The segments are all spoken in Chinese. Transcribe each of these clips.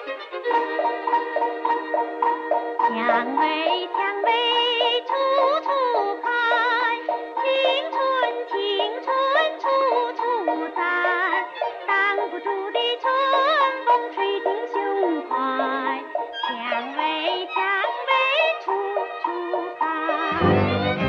蔷薇，蔷薇处处开，青春，青春处处在，挡不住的春风吹进胸怀，蔷薇，蔷薇处处开。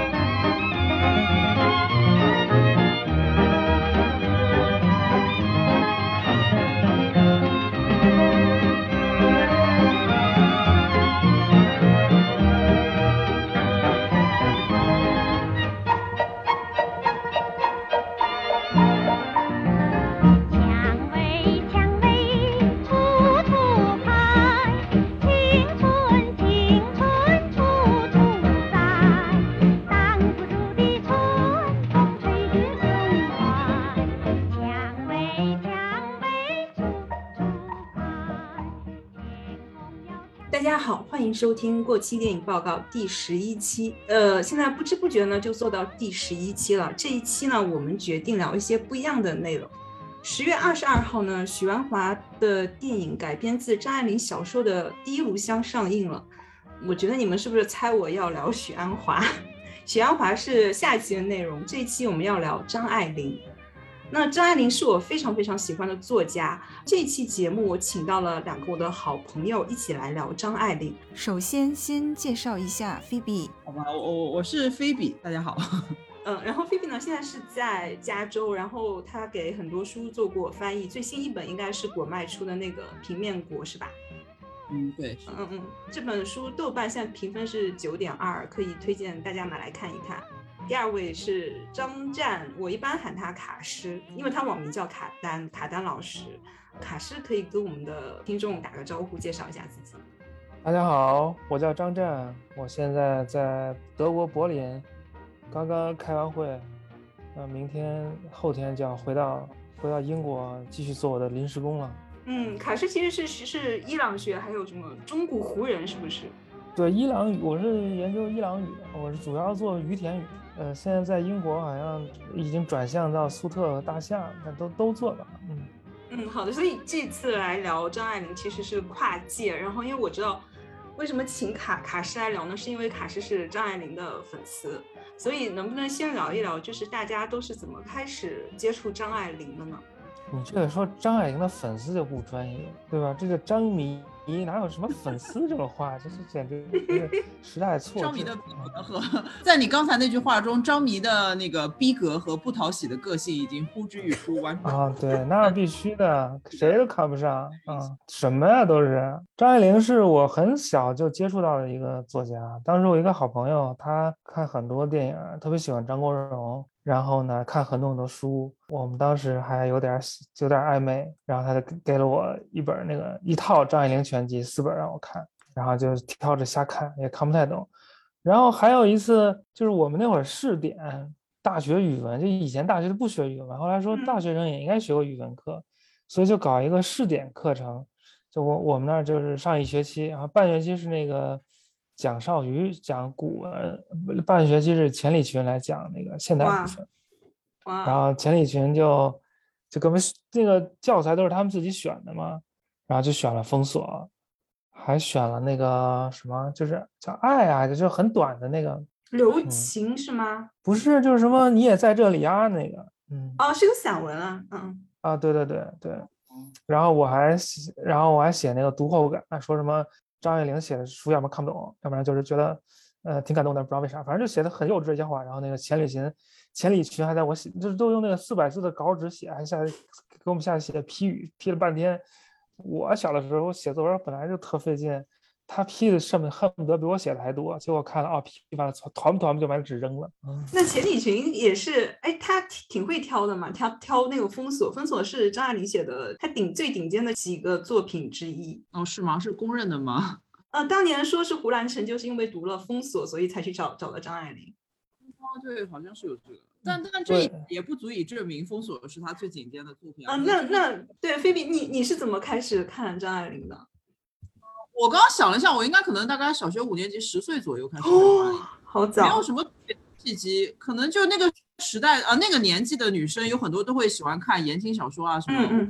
蔷薇，蔷薇处处开，青春，青春处处在，挡不住的春风吹进胸怀，蔷薇，蔷薇处处开。 大家好，欢迎收听过期电影报告第11期。现在不知不觉呢就做到第11期了。这一期呢，我们决定聊一些不一样的内容。10月22号呢，许鞍华的电影改编自张爱玲小说的《第一炉香》上映了。我觉得你们是不是猜我要聊许鞍华？许鞍华是下一期的内容，这一期我们要聊张爱玲。那张爱玲是我非常非常喜欢的作家，这一期节目我请到了2个我的好朋友一起来聊张爱玲。 首先介绍一下菲比。 好吧，我是菲比，大家好。 然后菲比呢现在是在加州，然后她给很多书做过翻译，最新一本应该是果麦出的那个《平面国》是吧？ 对。 这本书豆瓣现在评分是9.2，可以推荐大家买来看一看。第二位是张湛，我一般喊他卡诗，因为他网名叫卡丹老师。卡诗可以跟我们的听众打个招呼，介绍一下自己。 大家好，我叫张湛，我现在在德国柏林，刚刚开完会，明天后天就要回到英国继续做我的临时工了。 卡诗其实是伊朗学，还有什么中古胡人是不是？ 对，伊朗语，我是研究伊朗语的，我是主要做于田语。现在在英国好像已经转向到苏特和大夏，那都做了。 好的，所以这次来聊张爱玲其实是跨界，然后因为我知道为什么请卡诗来聊呢，是因为卡诗是张爱玲的粉丝，所以能不能先聊一聊，就是大家都是怎么开始接触张爱玲的呢？ 你这个说张爱玲的粉丝就不专业，对吧？这个张迷哪有什么粉丝这种话，这是简直是时代错觉。 张迷的逼格和在你刚才那句话中，张迷的那个逼格和不讨喜的个性已经呼之欲出，完全对，那是必须的，谁都看不上什么呀都是。张爱玲是我很小就接触到的一个作家，当时我一个好朋友，他看很多电影，特别喜欢张国荣。然后呢，看很多书，我们当时还有点暧昧，然后他就给了我一套张爱玲全集4本让我看，然后就挑着瞎看，也看不太懂。然后还有一次就是我们那会儿试点大学语文，就以前大学不学语文，后来说大学生也应该学过语文课，所以就搞一个试点课程，就我们那儿就是上1学期，然后半学期是那个讲少虞讲古文，半学期是钱理群来讲那个现代部分。然后钱理群就跟我们那个教材都是他们自己选的嘛，然后就选了封锁，还选了那个什么就是叫爱啊，就是很短的那个留情是吗？ 不是，就是什么你也在这里啊那个。 是个散文啊。 对。然后我还写那个读后感，说什么张爱玲写的书要么看不懂，要不然就是觉得挺感动的，不知道为啥，反正就写的很幼稚这些话。然后那个钱理群还在我写，就是都用那个400字的稿纸写，还下给我们下写批语，批了半天。我小的时候写作文本来就特费劲，他批的上面恨不得比我写的还多，结果看了批完了团不就把纸扔了。 那钱理群也是，他挺会挑的嘛，挑那个封锁是张爱玲写的，他最顶尖的几个作品之一。 是吗？是公认的吗？ 当年说是胡兰成就是因为读了封锁，所以才去找了张爱玲。 对，好像是有这个，但这也不足以证明封锁是他最顶尖的作品。 那对，菲比，你是怎么开始看张爱玲的？ 我刚刚想了一下，我应该可能大概小学5年级10岁左右开始看张爱玲。 好早。 没有什么契机，可能就那个时代那个年纪的女生有很多都会喜欢看言情小说啊什么。我可能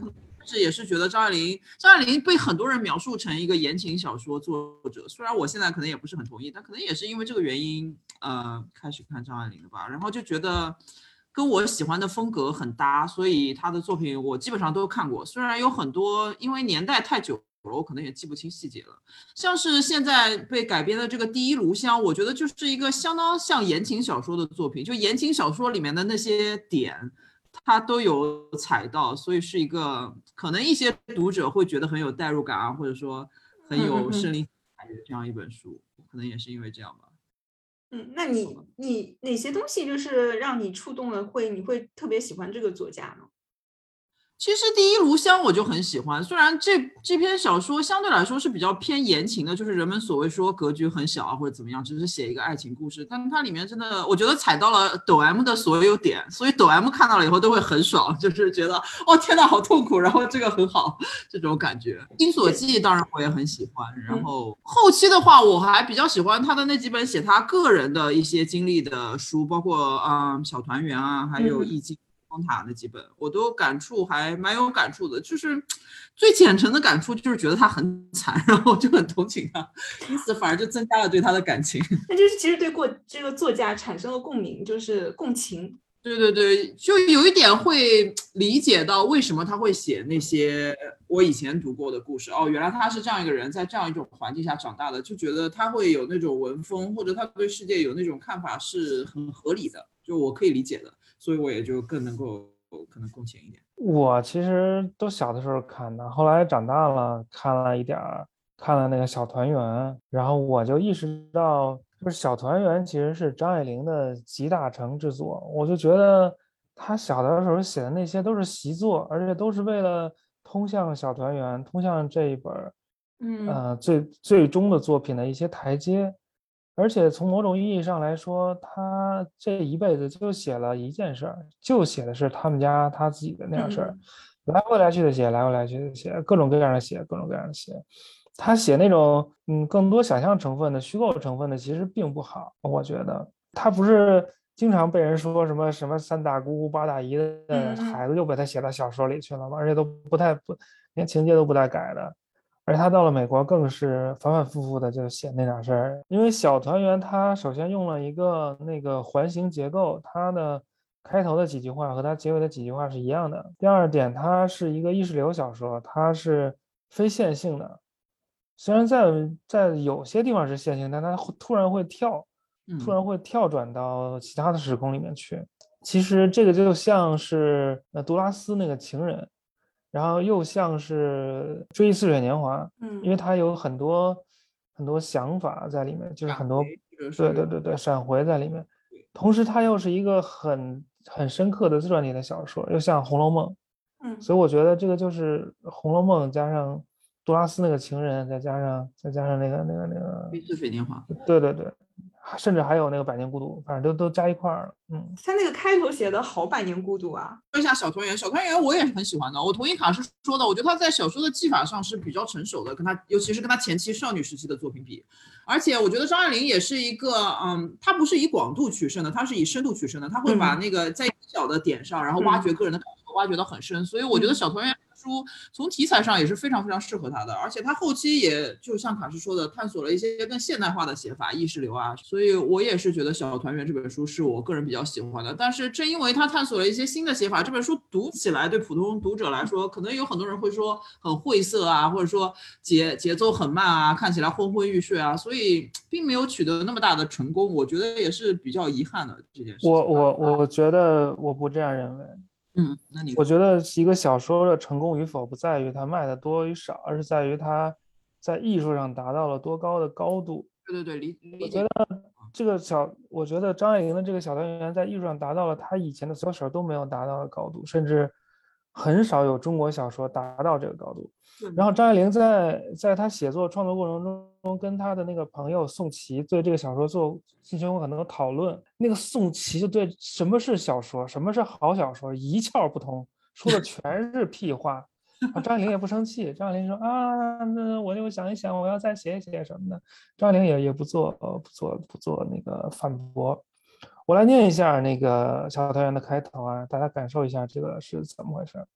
是也是觉得张爱玲被很多人描述成一个言情小说作者，虽然我现在可能也不是很同意，但可能也是因为这个原因，开始看张爱玲的吧，然后就觉得跟我喜欢的风格很搭，所以她的作品我基本上都看过，虽然有很多因为年代太久了，我可能也记不清细节了。像是现在被改编的这个《第一炉香》，我觉得就是一个相当像言情小说的作品，就言情小说里面的那些点，他都有踩到，所以是一个可能一些读者会觉得很有代入感啊，或者说很有身临其境的这样一本书，可能也是因为这样吧。 那你哪些东西就是让你触动了，你会特别喜欢这个作家呢？ 其实《第一炉香》我就很喜欢，虽然这篇小说相对来说是比较偏言情的，就是人们所谓说格局很小啊或者怎么样，只是写一个爱情故事，但它里面真的我觉得踩到了抖 M 的所有点，所以抖 M 看到了以后都会很爽，就是觉得哦天哪好痛苦，然后这个很好这种感觉。《金锁记》当然我也很喜欢，然后后期的话我还比较喜欢他的那几本写他个人的一些经历的书，包括小团圆啊，还有易经。灯塔那几本我都感触还蛮有感触的，就是最浅层的感触就是觉得他很惨，然后就很同情他，因此反而就增加了对他的感情。 那就是其实对这个作家产生了共鸣，就是共情。 对对对，就有一点会理解到为什么他会写那些我以前读过的故事。哦，原来他是这样一个人，在这样一种环境下长大的，就觉得他会有那种文风，或者他对世界有那种看法是很合理的，就我可以理解的。所以我也就更能够可能共情一点。 我其实都小的时候看的，后来长大了看了一点儿，看了那个小团圆，然后我就意识到，就是小团圆其实是张爱玲的集大成之作。我就觉得她小的时候写的那些都是习作，而且都是为了通向小团圆，通向这一本最终的作品的一些台阶。而且从某种意义上来说，他这一辈子就写了一件事儿，就写的是他们家他自己的那样事儿，来回来去的写，来回来去的写，各种各样的写，各种各样的写。他写那种更多想象成分的、虚构成分的，其实并不好。我觉得他不是经常被人说什么什么三大姑姑八大姨的孩子，又被他写到小说里去了吗？而且都连情节都不带改的。而且他到了美国更是反反复复的就写那点事儿，因为小团圆他首先用了一个那个环形结构，它的开头的几句话和它结尾的几句话是一样的。第二点，它是一个意识流小说，它是非线性的，虽然在有些地方是线性，但它突然会跳转到其他的时空里面去。其实这个就像是杜拉斯那个情人。然后又像是追忆似水年华，因为它有很多想法在里面，就是很多对闪回在里面。同时它又是一个很深刻的自传体的小说，又像《红楼梦》。所以我觉得这个就是《红楼梦》加上杜拉斯那个情人，再加上那个追忆似水年华， 对，甚至还有那个百年孤独，反正都加一块儿了。 他那个开头写的好百年孤独啊。 说一下小团圆，小团圆我也很喜欢的。我同意卡诗说的，我觉得他在小说的技法上是比较成熟的，尤其是跟他前期少女时期的作品比。而且我觉得张爱玲也是一个，她不是以广度取胜的，她是以深度取胜的。她会把那个在小的点上，然后挖掘个人的感受，挖掘到很深。所以我觉得小团圆书从题材上也是非常非常适合他的，而且他后期也就像卡诗说的，探索了一些更现代化的写法，意识流啊，所以我也是觉得《小团圆》这本书是我个人比较喜欢的。但是正因为他探索了一些新的写法，这本书读起来对普通读者来说，可能有很多人会说很晦涩啊，或者说节奏很慢啊，看起来昏昏欲睡啊，所以并没有取得那么大的成功，我觉得也是比较遗憾的这件事情。 我觉得我不这样认为。 那你我觉得一个小说的成功与否不在于它卖的多与少，而是在于它在艺术上达到了多高的高度。 对，理解。我觉得张爱玲的这个小团圆在艺术上达到了她以前的所有小说都没有达到的高度，甚至很少有中国小说达到这个高度。然后张爱玲在她写作创作过程中，跟她的那个朋友宋琦对这个小说进行过很多讨论。那个宋琦就对什么是小说，什么是好小说一窍不通，说的全是屁话。张爱玲也不生气，张爱玲说那我就想一想，我要再写一写什么的。张爱玲也不做那个反驳。我来念一下那个小团圆的开头啊，大家感受一下这个是怎么回事。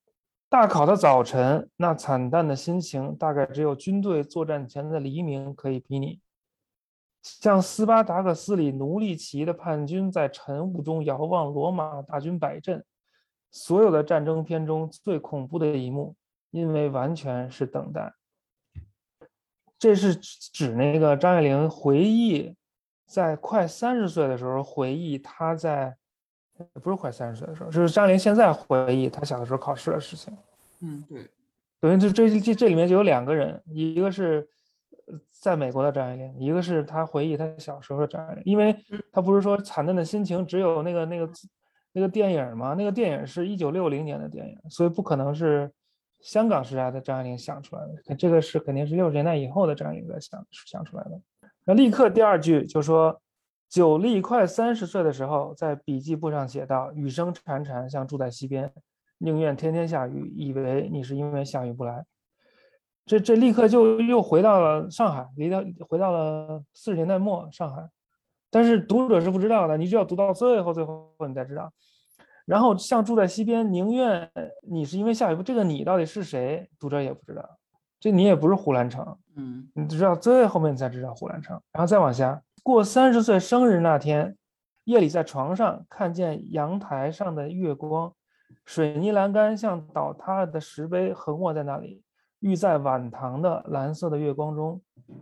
大考的早晨，那惨淡的心情，大概只有军队作战前的黎明可以比拟。像斯巴达克斯里奴隶起义的叛军在晨雾中遥望罗马大军摆阵，所有的战争片中最恐怖的一幕，因为完全是等待。这是指那个张爱玲回忆在快30岁的时候，回忆她在不是快30岁的时候，就是张爱玲现在回忆她小的时候考试的事情。 对， 等于这里面就有2个人，一个是在美国的张爱玲，一个是她回忆她小时候的张爱玲。因为她不是说惨淡的心情只有那个电影吗？那个电影是1960年的电影，所以不可能是香港时代的张爱玲想出来的，这个是肯定是60年代以后的张爱玲在想出来的。那立刻第2句就说，九莉快30岁的时候，在笔记簿上写道：雨声潺潺，像住在溪边，宁愿天天下雨，以为你是因为下雨不来。这立刻就又回到了上海，回到了40年代末上海。但是读者是不知道的，你只要读到最后你才知道。然后像住在溪边，宁愿你是因为下雨不，这个你到底是谁，读者也不知道。这你也不是胡兰成，你知道最后面才知道胡兰成。然后再往下，过30岁生日那天，夜里在床上看见阳台上的月光，水泥栏杆像倒塌了的石碑横卧在那里，浴在晚唐的蓝色的月光中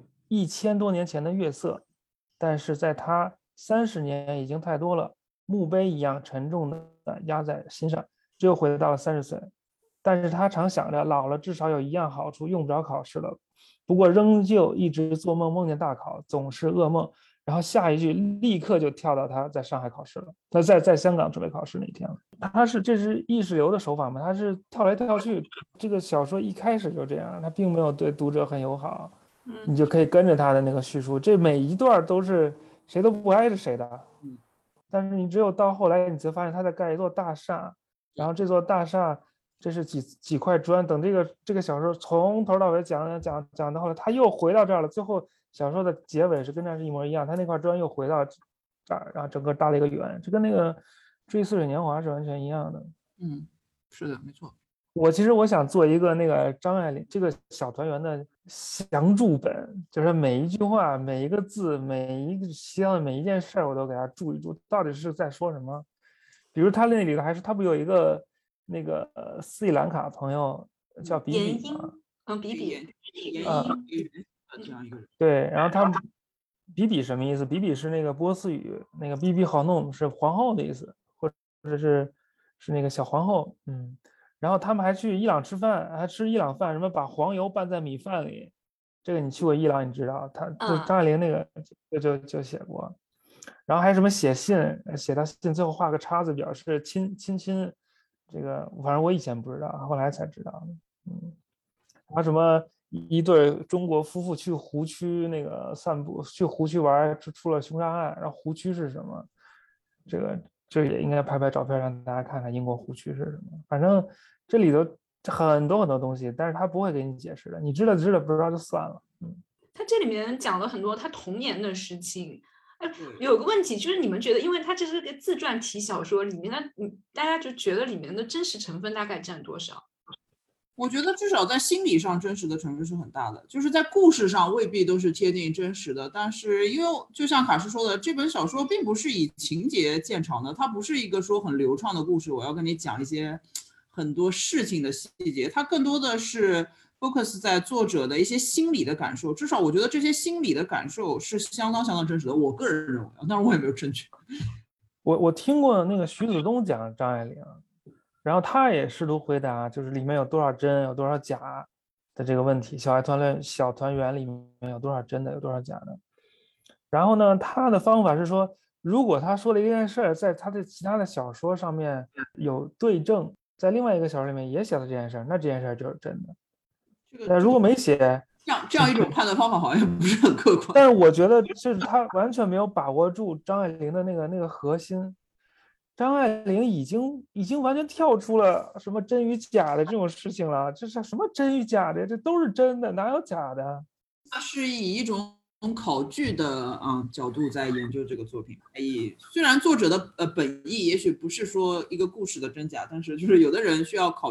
，1000多年前的月色，但是在他30年已经太多了，墓碑一样沉重的压在心上。这又回到了30岁，但是他常想着老了至少有一样好处，用不着考试了。不过仍旧一直做梦，梦见大考，总是噩梦。然后下一句立刻就跳到他在上海考试了，那在香港准备考试那天了。这是意识流的手法嘛？他是跳来跳去。这个小说一开始就这样，他并没有对读者很友好，你就可以跟着他的那个叙述，这每一段都是谁都不挨着谁的。但是你只有到后来，你才发现他在盖一座大厦，然后这座大厦这是几块砖。等这个小说从头到尾讲到后来，他又回到这儿了。最后小说的结尾是跟这是一模一样，他那块砖又回到这儿，然后整个搭了一个圆，这跟那个《追似水年华》是完全一样的。 是的，没错。 其实我想做一个那个张爱玲这个小团圆的详注本，就是每一句话、每一个字、每一个提到的每一件事我都给他注一注，到底是在说什么。比如他那里头他不有一个那个斯里兰卡朋友叫比比吗？ 比比这样一个人。 对，然后他比比什么意思？比比是那个波斯语，那个比比好弄是皇后的意思，或者是那个小皇后。然后他们还去伊朗吃饭，还吃伊朗饭，什么把黄油拌在米饭里。这个你去过伊朗，你知道，张爱玲那个就写过。然后还有什么写信，写到信最后画个叉子表示亲，这个反正我以前不知道，后来才知道的。还有什么一对中国夫妇去湖区那个散步，去湖区玩，出了凶杀案。然后湖区是什么？这也应该拍照片让大家看看英国湖区是什么。反正这里头很多东西，但是他不会给你解释的，你知道不知道就算了。 他这里面讲了很多他童年的事情。有个问题就是，你们觉得，因为他这是个自传体小说，里面大家就觉得里面的真实成分大概占多少？ 我觉得至少在心理上真实的成分是很大的，就是在故事上未必都是贴近真实的。但是因为就像卡什说的，这本小说并不是以情节见长的，它不是一个说很流畅的故事，我要跟你讲一些很多事情的细节，它更多的是 focus 在作者的一些心理的感受。至少我觉得这些心理的感受是相当真实的，我个人认为，当然我也没有证据。 我听过那个徐子东讲张爱玲，然后他也试图回答，就是里面有多少真有多少假的这个问题。小团圆里面有多少真的有多少假的。然后呢，他的方法是说，如果他说了一件事在他的其他的小说上面有对证，在另外一个小说里面也写了这件事，那这件事就是真的。但如果没写， 这样一种判断方法好像也不是很客观。 但是我觉得就是他完全没有把握住张爱玲的那个核心。张爱玲已经完全跳出了什么真与假的这种事情了。这是什么真与假的？这都是真的，哪有假的？ 他是以一种考据的角度在研究这个作品。虽然作者的本意也许不是说一个故事的真假，但是就是有的人需要考据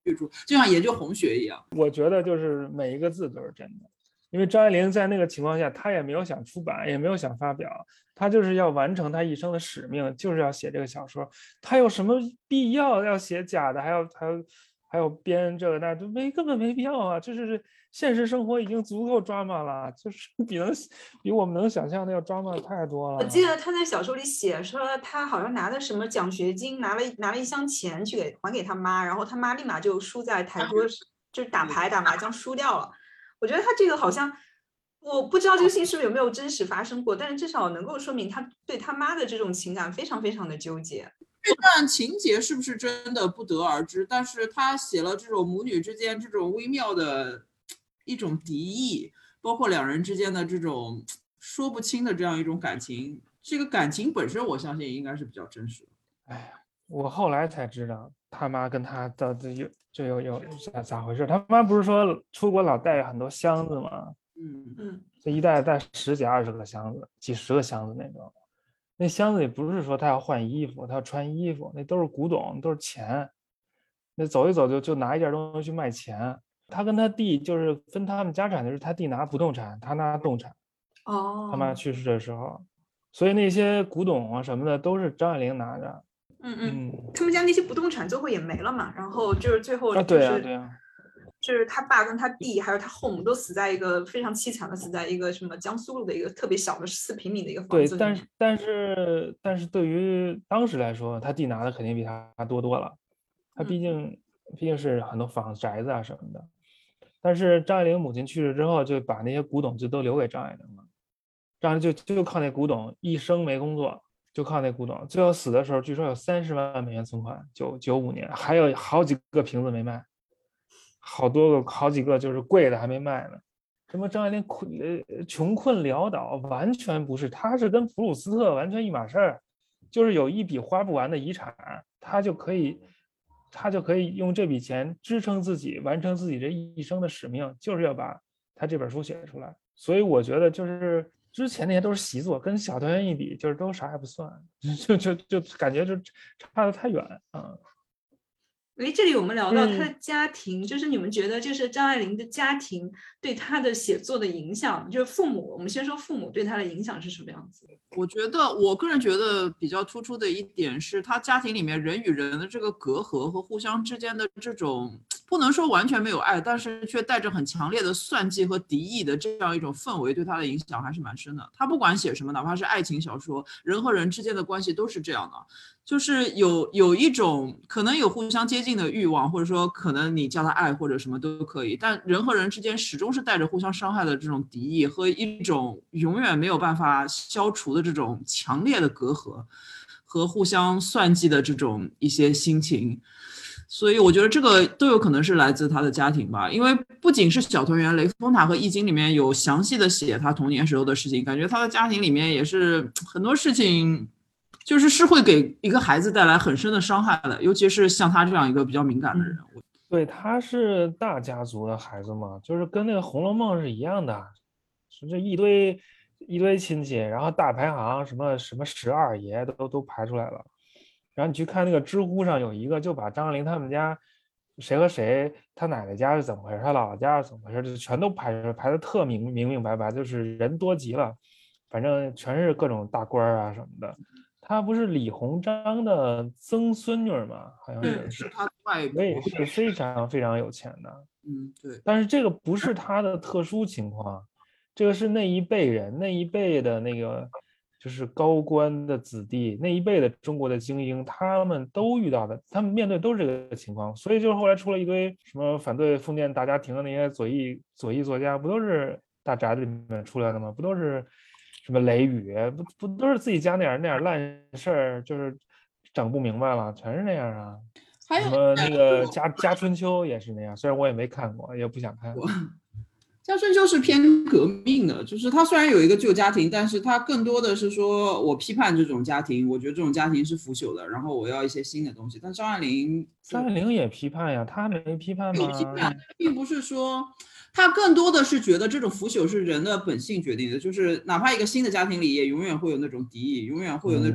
出，就像研究红学一样。 我觉得就是每一个字都是真的，因为张爱玲在那个情况下，她也没有想出版，也没有想发表，她就是要完成她一生的使命，就是要写这个小说。她有什么必要要写假的，还有编这个那，根本没必要啊！这是现实生活已经足够drama了，就是比我们能想象的要drama太多了。 我记得他在小说里写说，他好像拿的什么奖学金，拿了一箱钱去还给他妈，然后他妈立马就输在台桌，就是打牌打麻将输掉了。我觉得他这个好像，我不知道这个事情是不是有没有真实发生过，但是至少能够说明他对他妈的这种情感非常非常的纠结。 这段情节是不是真的不得而知，但是他写了这种母女之间这种微妙的一种敌意，包括两人之间的这种说不清的这样一种感情，这个感情本身我相信应该是比较真实的。 哎呀，我后来才知道他妈跟他的有咋回事。他妈不是说出国老带很多箱子吗？这一带10几20个箱子，几十个箱子那种。那箱子里不是说他要换衣服，他要穿衣服，那都是古董，都是钱。那走一走就拿一件东西去卖钱。他跟他弟就是分他们家产的是他弟拿不动产，他拿动产。他妈去世的时候，所以那些古董啊什么的都是张爱玲拿着。 他们家那些不动产最后也没了嘛，然后就是最后对啊， 就是他爸跟他弟还有他后母都死在一个非常凄惨的，死在一个什么江苏路的一个特别小的4平米的一个房子里面。 对，但是对于当时来说，他弟拿的肯定比他多了。他毕竟是很多房宅子啊什么的。但是张爱玲母亲去世之后，就把那些古董就都留给张爱玲了。张爱玲就靠那古董，一生没工作，就靠那古董。最后死的时候，据说有30万美元存款，95年，还有好几个瓶子没卖。好几个就是贵的还没卖呢。什么张爱玲穷困潦倒，完全不是，她是跟普鲁斯特完全一码事儿，就是有一笔花不完的遗产，她就可以用这笔钱支撑自己，完成自己这一生的使命，就是要把她这本书写出来。所以我觉得就是之前那些都是习作，跟小团圆一比，就是都啥也不算，就感觉就差得太远啊。 这里我们聊到他的家庭，就是你们觉得就是张爱玲的家庭对他的写作的影响，就是父母，我们先说父母对他的影响是什么样子？ 我个人觉得比较突出的一点是他家庭里面人与人的这个隔阂和互相之间的这种不能说完全没有爱，但是却带着很强烈的算计和敌意的这样一种氛围，对他的影响还是蛮深的。他不管写什么，哪怕是爱情小说，人和人之间的关系都是这样的，就是有一种可能有互相接近的欲望，或者说可能你叫他爱或者什么都可以，但人和人之间始终是带着互相伤害的这种敌意和一种永远没有办法消除的这种强烈的隔阂和互相算计的这种一些心情。所以我觉得这个都有可能是来自他的家庭吧，因为不仅是小团圆，雷峰塔和易经里面有详细的写他童年时候的事情，感觉他的家庭里面也是很多事情就是会给一个孩子带来很深的伤害的，尤其是像他这样一个比较敏感的人。 对，他是大家族的孩子嘛，就是跟那个《红楼梦》是一样的，是这一堆亲戚，然后大排行什么12爷都排出来了。然后你去看那个知乎上有一个，就把张爱玲他们家谁和谁，他奶奶家是怎么回事，他姥姥家是怎么回事，就全都排的特明白，就是人多极了，反正全是各种大官啊什么的。他不是李鸿章的曾孙女吗？好像是他外婆， 所以是非常非常有钱的。 对。 但是这个不是他的特殊情况，这个是那一辈人那一辈的那个就是高官的子弟，那一辈的中国的精英，他们都遇到的，他们面对都是这个情况。所以就是后来出了一堆什么反对封建大家庭的那些左翼作家，不都是大宅子里面出来的吗？不都是什么雷雨，不都是自己家那点烂事儿，就是整不明白了，全是那样啊。什么那个家春秋也是那样，虽然我也没看过，也不想看。 家春秋是偏革命的，就是他虽然有一个旧家庭，但是他更多的是说我批判这种家庭，我觉得这种家庭是腐朽的，然后我要一些新的东西。但张爱玲也批判呀，他没批判吗？ 有批判，并不是说他更多的是觉得这种腐朽是人的本性决定的，就是哪怕一个新的家庭里也永远会有那种敌意，永远会有那种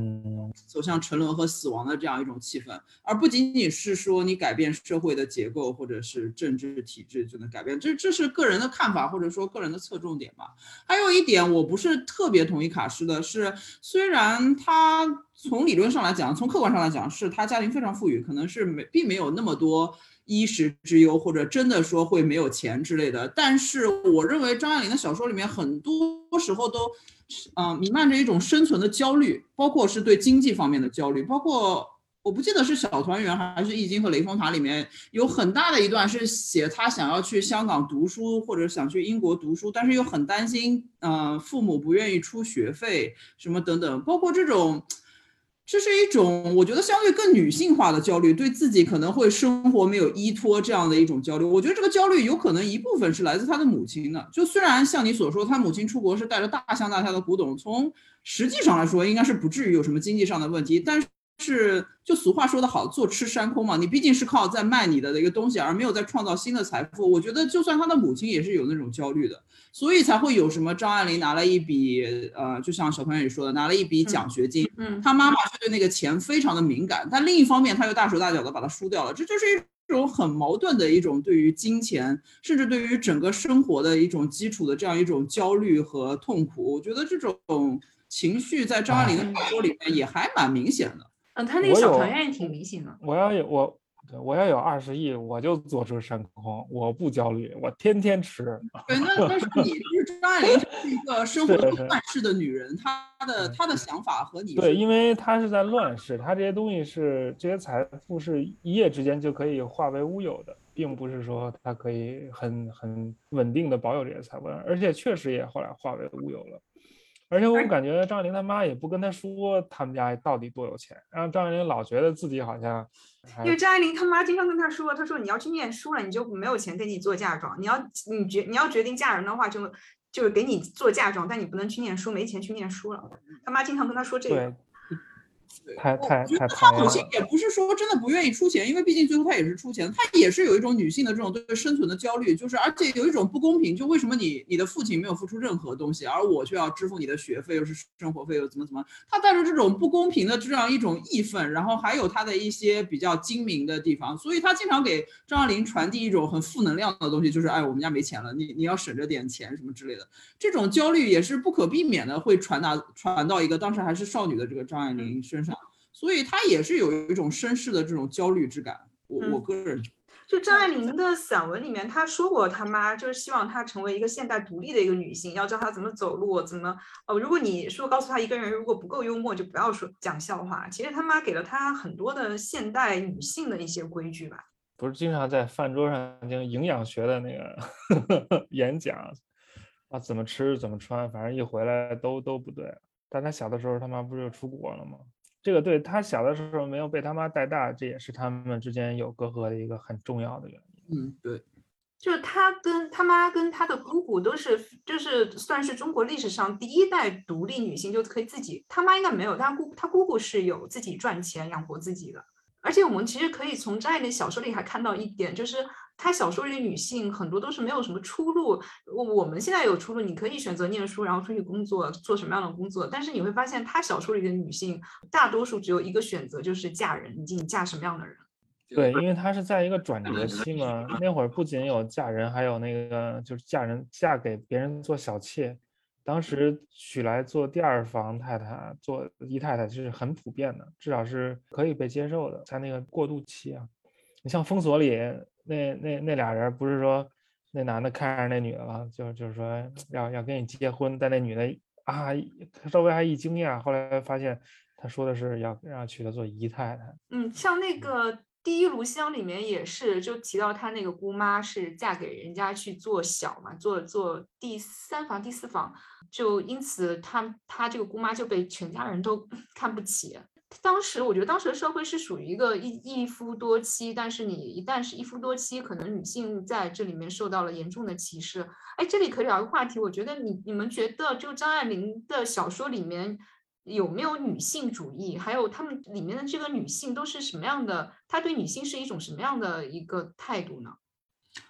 走向沉沦和死亡的这样一种气氛，而不仅仅是说你改变社会的结构或者是政治体制就能改变，这是个人的看法或者说个人的侧重点吧。还有一点我不是特别同意卡诗的是，虽然他从理论上来讲，从客观上来讲是他家庭非常富裕，可能是并没有那么多衣食之忧，或者真的说会没有钱之类的，但是我认为张爱玲的小说里面很多时候都弥漫着一种生存的焦虑，包括是对经济方面的焦虑，包括我不记得是小团圆还是易经和雷峰塔里面有很大的一段是写他想要去香港读书或者想去英国读书，但是又很担心父母不愿意出学费什么等等，包括这是一种我觉得相对更女性化的焦虑，对自己可能会生活没有依托这样的一种焦虑。我觉得这个焦虑有可能一部分是来自他的母亲的，就虽然像你所说他母亲出国是带着大箱大箱的古董，从实际上来说应该是不至于有什么经济上的问题，但是就俗话说得好，坐吃山空嘛，你毕竟是靠在卖你的一个东西，而没有在创造新的财富。我觉得就算他的母亲也是有那种焦虑的，所以才会有什么张爱玲拿了一笔就像小朋友也说的，拿了一笔奖学金，他妈妈却对那个钱非常的敏感，但另一方面他又大手大脚的把它输掉了，这就是一种很矛盾的一种对于金钱甚至对于整个生活的一种基础的这样一种焦虑和痛苦。我觉得这种情绪在张爱玲的小说里面也还蛮明显的。 他那个小团圆也挺明显的。 我要有20亿，我就坐吃山空，我不焦虑，我天天吃。 对，那是你，就是张爱玲是一个生活在乱世的女人，她的想法和你对，因为她是在乱世，她这些东西这些财富是一夜之间就可以化为乌有的，并不是说她可以很稳定的保有这些财富，而且确实也后来化为乌有了。而且我感觉张爱玲他妈也不跟他说他们家到底多有钱，让张爱玲老觉得自己好像， 因为张爱玲他妈经常跟他说，他说你要去念书了，你就没有钱给你做嫁妆，你要决定嫁人的话，就是给你做嫁妆，但你不能去念书，没钱去念书了。他妈经常跟他说这个。 太讨厌了。 他母亲也不是说真的不愿意出钱，因为毕竟最后他也是出钱，他也是有一种女性的这种对生存的焦虑，就是而且有一种不公平，就为什么你的父亲没有付出任何东西，而我却要支付你的学费，又是生活费，又怎么，他带着这种不公平的这样一种义愤，然后还有他的一些比较精明的地方，所以他经常给张爱玲传递一种很负能量的东西，就是我们家没钱了，你要省着点钱什么之类的，这种焦虑也是不可避免的会传到一个当时还是少女的这个张爱玲身上。所以他也是有一种绅士的这种焦虑之感，我个人就张爱玲的散文里面，她说过她妈就是希望她成为一个现代独立的一个女性，要教她怎么走路，如果你说告诉她一个人如果不够幽默，就不要说讲笑话。其实她妈给了她很多的现代女性的一些规矩吧。 不是经常在饭桌上进行营养学的那个演讲啊，怎么吃怎么穿，反正一回来都不对。但他小的时候他妈不是就出国了吗？这个对他小的时候没有被他妈带大，这也是他们之间有隔阂的一个很重要的原因。 对， 就是他跟他妈跟他的姑姑都是，就是算是中国历史上第一代独立女性，就可以自己。他妈应该没有，他姑姑是有自己赚钱养活自己的。而且我们其实可以从张爱玲小说里还看到一点，就是她小说里的女性很多都是没有什么出路。我们现在有出路，你可以选择念书，然后出去工作，做什么样的工作。但是你会发现，她小说里的女性大多数只有一个选择，就是嫁人，你嫁什么样的人。 对，因为她是在一个转折期嘛，那会儿不仅有嫁人，还有那个就是嫁给别人做小妾。当时娶来做第二房太太、做姨太太是很普遍的，至少是可以被接受的，在那个过渡期啊。你像《封锁》里那俩人，不是说那男的看上那女的了，就是说要跟你结婚，但那女的稍微还一惊讶，后来发现他说的是要让娶她做姨太太。 像那个第一炉香里面也是，就提到她那个姑妈是嫁给人家去做小嘛，做第3房第4房，就因此她这个姑妈就被全家人都看不起。我觉得当时的社会是属于一个一夫多妻，但是你一旦是一夫多妻，可能女性在这里面受到了严重的歧视。这里可以聊一个话题，我觉得你们觉得就张爱玲的小说里面有没有女性主义，还有他们里面的这个女性都是什么样的，她对女性是一种什么样的一个态度呢？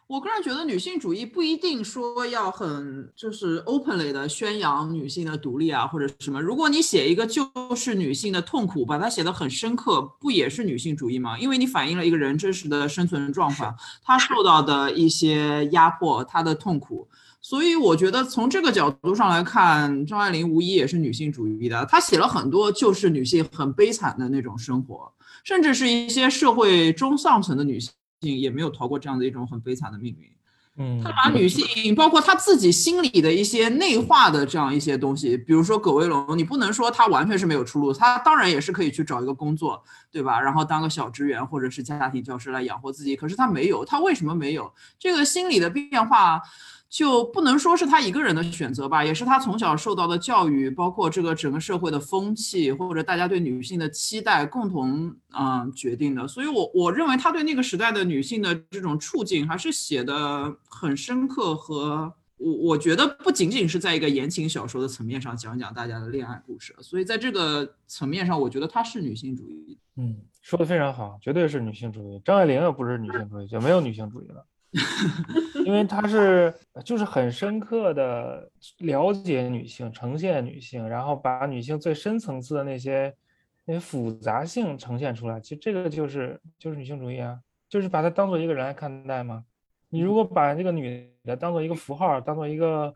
我个人觉得女性主义不一定说要很就是 openly 的宣扬女性的独立啊或者什么。如果你写一个就是女性的痛苦，把它写得很深刻，不也是女性主义吗？因为你反映了一个人真实的生存状况，他受到的一些压迫，他的痛苦。所以我觉得从这个角度上来看，张爱玲无疑也是女性主义的。她写了很多就是女性很悲惨的那种生活，甚至是一些社会中上层的女性也没有逃过这样的一种很悲惨的命运。她把女性包括她自己心里的一些内化的这样一些东西，比如说葛薇龙，你不能说她完全是没有出路，她当然也是可以去找一个工作，对吧？然后当个小职员或者是家庭教师来养活自己，可是她没有，她为什么没有？这个心理的变化就不能说是他一个人的选择吧，也是他从小受到的教育，包括这个整个社会的风气，或者大家对女性的期待共同决定的。所以我认为他对那个时代的女性的这种处境还是写的很深刻，和我觉得不仅仅是在一个言情小说的层面上讲讲大家的恋爱故事，所以在这个层面上，我觉得他是女性主义。 说的非常好，绝对是女性主义。张爱玲也不是女性主义，就没有女性主义了。因为她就是很深刻的了解女性，呈现女性，然后把女性最深层次的那些复杂性呈现出来。其实这个就是女性主义啊，就是把她当做一个人来看待嘛。你如果把这个女的当做一个符号，当做一个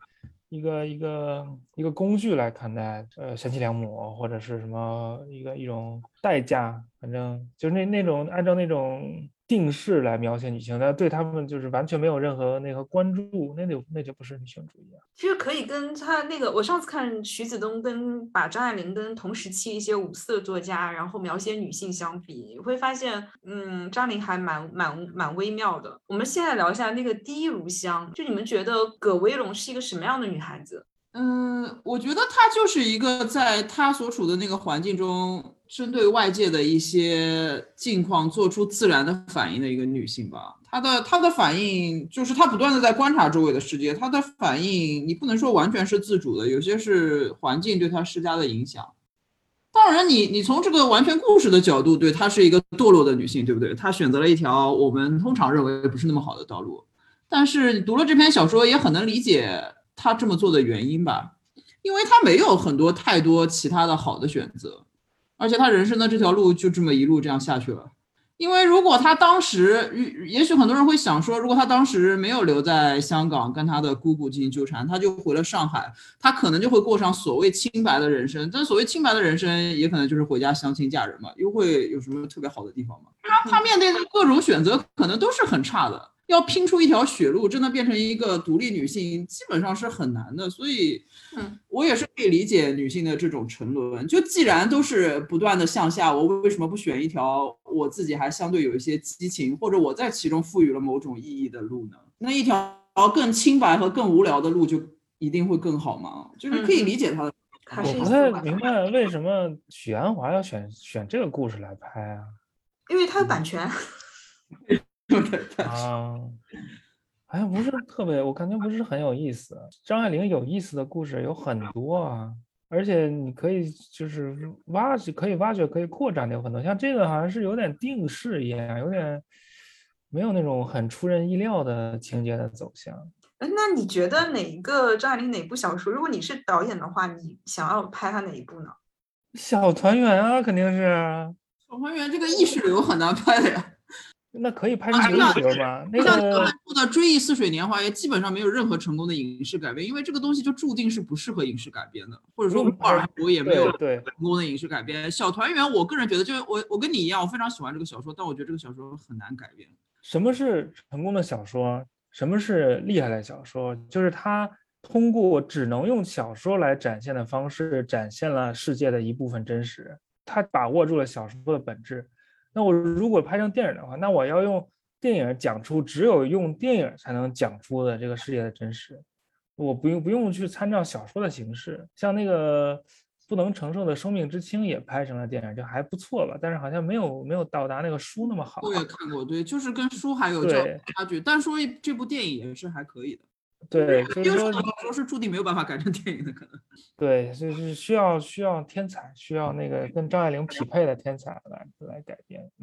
工具来看待，贤妻良母或者是什么一种代价，反正就是那种按照那种定式来描写女性，但对他们就是完全没有任何那个关注，那就不是女性主义啊。 其实可以跟他那个，我上次看徐子东把张爱玲跟同时期一些五四作家，然后描写女性相比，会发现，张爱玲还蛮微妙的。我们现在聊一下那个第一炉香，就你们觉得葛薇龙是一个什么样的女孩子？ 我觉得她就是一个在她所处的那个环境中，针对外界的一些境况做出自然的反应的一个女性吧。她的反应就是她不断的在观察周围的世界，她的反应你不能说完全是自主的，有些是环境对她施加的影响。当然你从这个完全故事的角度，对，她是一个堕落的女性，对不对？她选择了一条我们通常认为不是那么好的道路，但是你读了这篇小说也很能理解他这么做的原因吧，因为他没有太多其他的好的选择，而且他人生的这条路就这么一路这样下去了。因为如果他当时，也许很多人会想说，如果他当时没有留在香港跟他的姑姑进行纠缠，他就回了上海，他可能就会过上所谓清白的人生。但所谓清白的人生，也可能就是回家相亲嫁人嘛，又会有什么特别好的地方吗？他面对的各种选择可能都是很差的。要拼出一条血路，真的变成一个独立女性，基本上是很难的。所以，我也是可以理解女性的这种沉沦。就既然都是不断的向下，我为什么不选一条我自己还相对有一些激情，或者我在其中赋予了某种意义的路呢？那一条更清白和更无聊的路就一定会更好吗？就是可以理解她的。 我不太明白为什么许鞍华要选这个故事来拍啊？ 因为它有版权。 好像不是特别，我感觉不是很有意思。张爱玲有意思的故事有很多啊，而且你可以就是可以挖掘，可以扩展的有很多。像这个好像是有点定式一样，有点没有那种很出人意料的情节的走向。 那你觉得张爱玲哪部小说，如果你是导演的话，你想要拍她哪一部呢？ 小团圆啊，肯定是。 小团圆这个意识流很难拍的呀。 那可以拍成意识流吧？那个像德汉的《追忆似水年华》也基本上没有任何成功的影视改编，因为这个东西就注定是不适合影视改编的，或者说沃尔夫也没有成功的影视改编。小团圆，我个人觉得，就我跟你一样，我非常喜欢这个小说，但我觉得这个小说很难改编。 什么是成功的小说？什么是厉害的小说？就是它通过只能用小说来展现的方式，展现了世界的一部分真实，它把握住了小说的本质。那我如果拍成电影的话，那我要用电影讲出只有用电影才能讲出的这个世界的真实，我不用去参照小说的形式。像那个不能承受的生命之轻也拍成了电影，就还不错吧，但是好像没有到达那个书那么好。 我也看过，对，就是跟书还有差距，但说这部电影也是还可以的。 对，就是说是注定没有办法改成电影的可能。 对，就是需要天才，需要那个跟张爱玲匹配的天才来改编。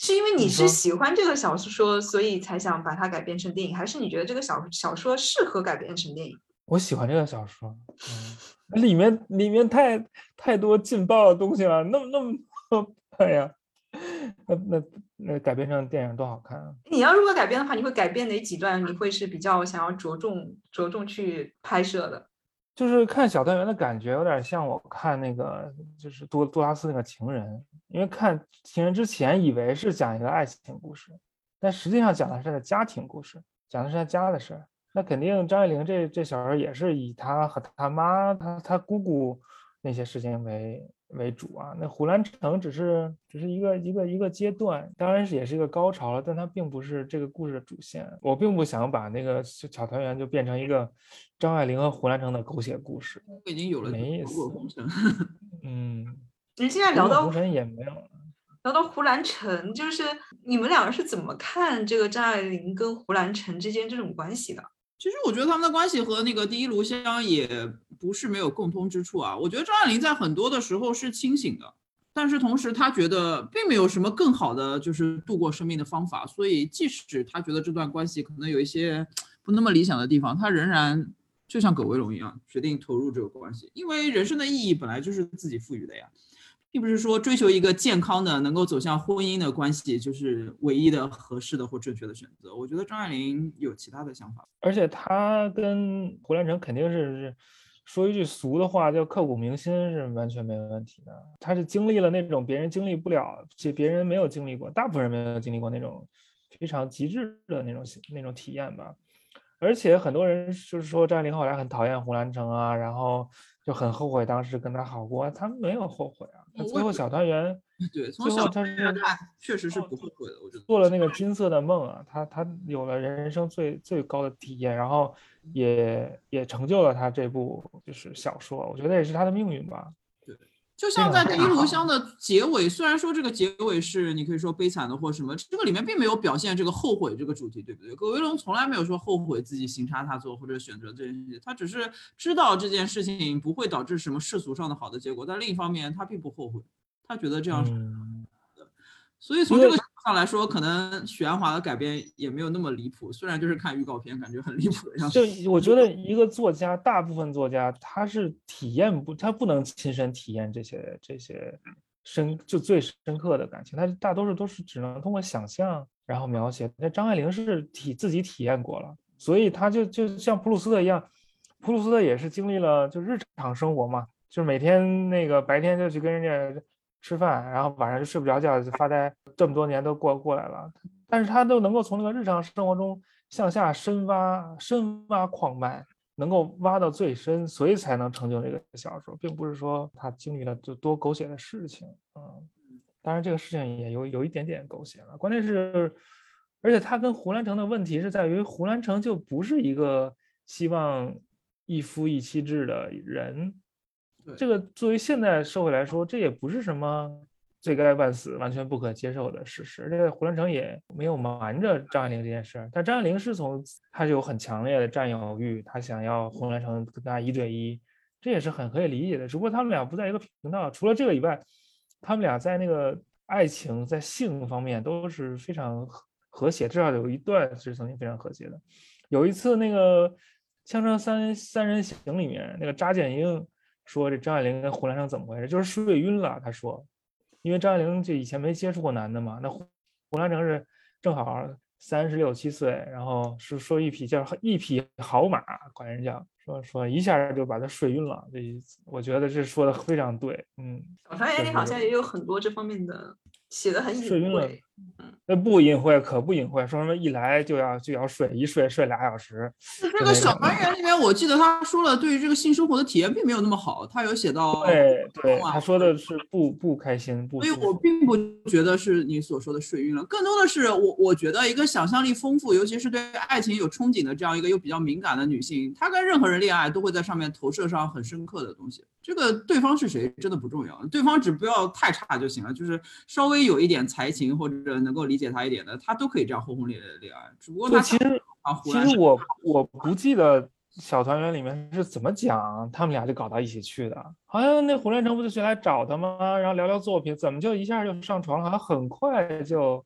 是因为你你说是喜欢这个小说，所以才想把它改编成电影，还是你觉得这个小说适合改编成电影？ 我喜欢这个小说，里面太多劲爆的东西了，那么哎呀，那改编成电影多好看啊！ 你要如果改编的话，你会改编哪几段？你会是比较想要着重去拍摄的？ 就是看小团圆的感觉有点像我看那个就是杜拉斯那个情人，因为看情人之前以为是讲一个爱情故事，但实际上讲的是他的家庭故事，讲的是他家的事儿。那肯定张爱玲这小孩也是以他和他妈、他姑姑那些事情为主啊。那胡兰成只是一个阶段，当然是也是一个高潮了，但它并不是这个故事的主线。我并不想把那个小团圆就变成一个张爱玲和胡兰成的狗血故事， 我已经有了没意 《滚滚思。 红尘》 嗯， 你现在滚聊到滚红尘也没有了。 聊到胡兰成，就是你们两个是怎么看这个张爱玲跟胡兰成之间这种关系的？ 其实我觉得他们的关系和那个第一炉香也不是没有共通之处啊。我觉得张爱玲在很多的时候是清醒的，但是同时她觉得并没有什么更好的就是度过生命的方法，所以即使她觉得这段关系可能有一些不那么理想的地方，她仍然就像葛维龙一样决定投入这个关系，因为人生的意义本来就是自己赋予的呀。并不是说追求一个健康的能够走向婚姻的关系就是唯一的合适的或正确的选择。我觉得张爱玲有其他的想法， 而且他跟胡兰成肯定是说一句俗的话，叫刻骨铭心，是完全没问题的。他是经历了那种别人经历不了，别人没有经历过，大部分人没有经历过那种非常极致的那种体验吧。而且很多人就是说张爱玲后来很讨厌胡兰成啊，然后就很后悔当时跟他好过，他没有后悔啊。他最后小团圆， 对，从最小后他是看确实是不后悔的。我觉得做了那个金色的梦啊，他有了人生最高的体验，然后也成就了他这部就是小说，我觉得也是他的命运吧。 就像在《第一炉香》的结尾，虽然说这个结尾是你可以说悲惨的或什么，这个里面并没有表现这个后悔这个主题，对不对？葛维龙从来没有说后悔自己行差踏错或者选择这件事情，他只是知道这件事情不会导致什么世俗上的好的结果，但另一方面他并不后悔，他觉得这样是所以从这个角度上来说，可能许鞍华的改编也没有那么离谱，虽然就是看预告片感觉很离谱的样子。 就我觉得一个作家，大部分作家他是他不能亲身体验这些最深刻的感情，他大多数都是只能通过想象然后描写。那张爱玲是自己体验过了，所以他就像普鲁斯特一样，普鲁斯特也是经历了就日常生活嘛，就是每天那个白天就去跟人家吃饭，然后晚上就睡不着觉就发呆，这么多年都过来了，但是他都能够从那个日常生活中向下深挖矿脉，能够挖到最深，所以才能成就这个小说，并不是说他经历了就多狗血的事情。当然这个事情也有一点点狗血了，关键是而且他跟胡兰成的问题是在于胡兰成就不是一个希望一夫一妻制的人，这个作为现代社会来说，这也不是什么罪该万死、完全不可接受的事实。这个胡兰成也没有瞒着张爱玲这件事，但张爱玲她是有很强烈的占有欲，她想要胡兰成跟她1对1，这也是很可以理解的。只不过他们俩不在一个频道，除了这个以外，他们俩在那个爱情、在性方面都是非常和谐，至少有一段是曾经非常和谐的。有一次那个《锵锵三人行》里面，那个查建英说这张爱玲跟胡兰成怎么回事，就是睡晕了。他说，因为张爱玲就以前没接触过男的嘛，那胡兰成是正好36、7岁，然后是说一匹好马，管人叫说一下就把他睡晕了。我觉得这说的非常对。 小团圆里好像也有很多这方面的写的很睡晕了。 那不隐晦，可不隐晦，说什么一来就要睡，一睡2小时。 这个小团圆里面，我记得他说了，对于这个性生活的体验并没有那么好，他有写到， 对，他说的是不开心， 所以我并不觉得是你所说的睡晕了，更多的是我觉得一个想象力丰富，尤其是对爱情有憧憬的这样一个又比较敏感的女性，她跟任何人恋爱都会在上面投射上很深刻的东西。这个对方是谁真的不重要，对方只不要太差就行了，就是稍微有一点才情或者能够理解他一点的，他都可以这样轰轰烈烈的恋爱。只不过他其实我不记得小团圆里面是怎么讲他们俩就搞到一起去的，好像那胡兰成不就去来找他吗？然后聊聊作品，怎么就一下就上床了？好像很快就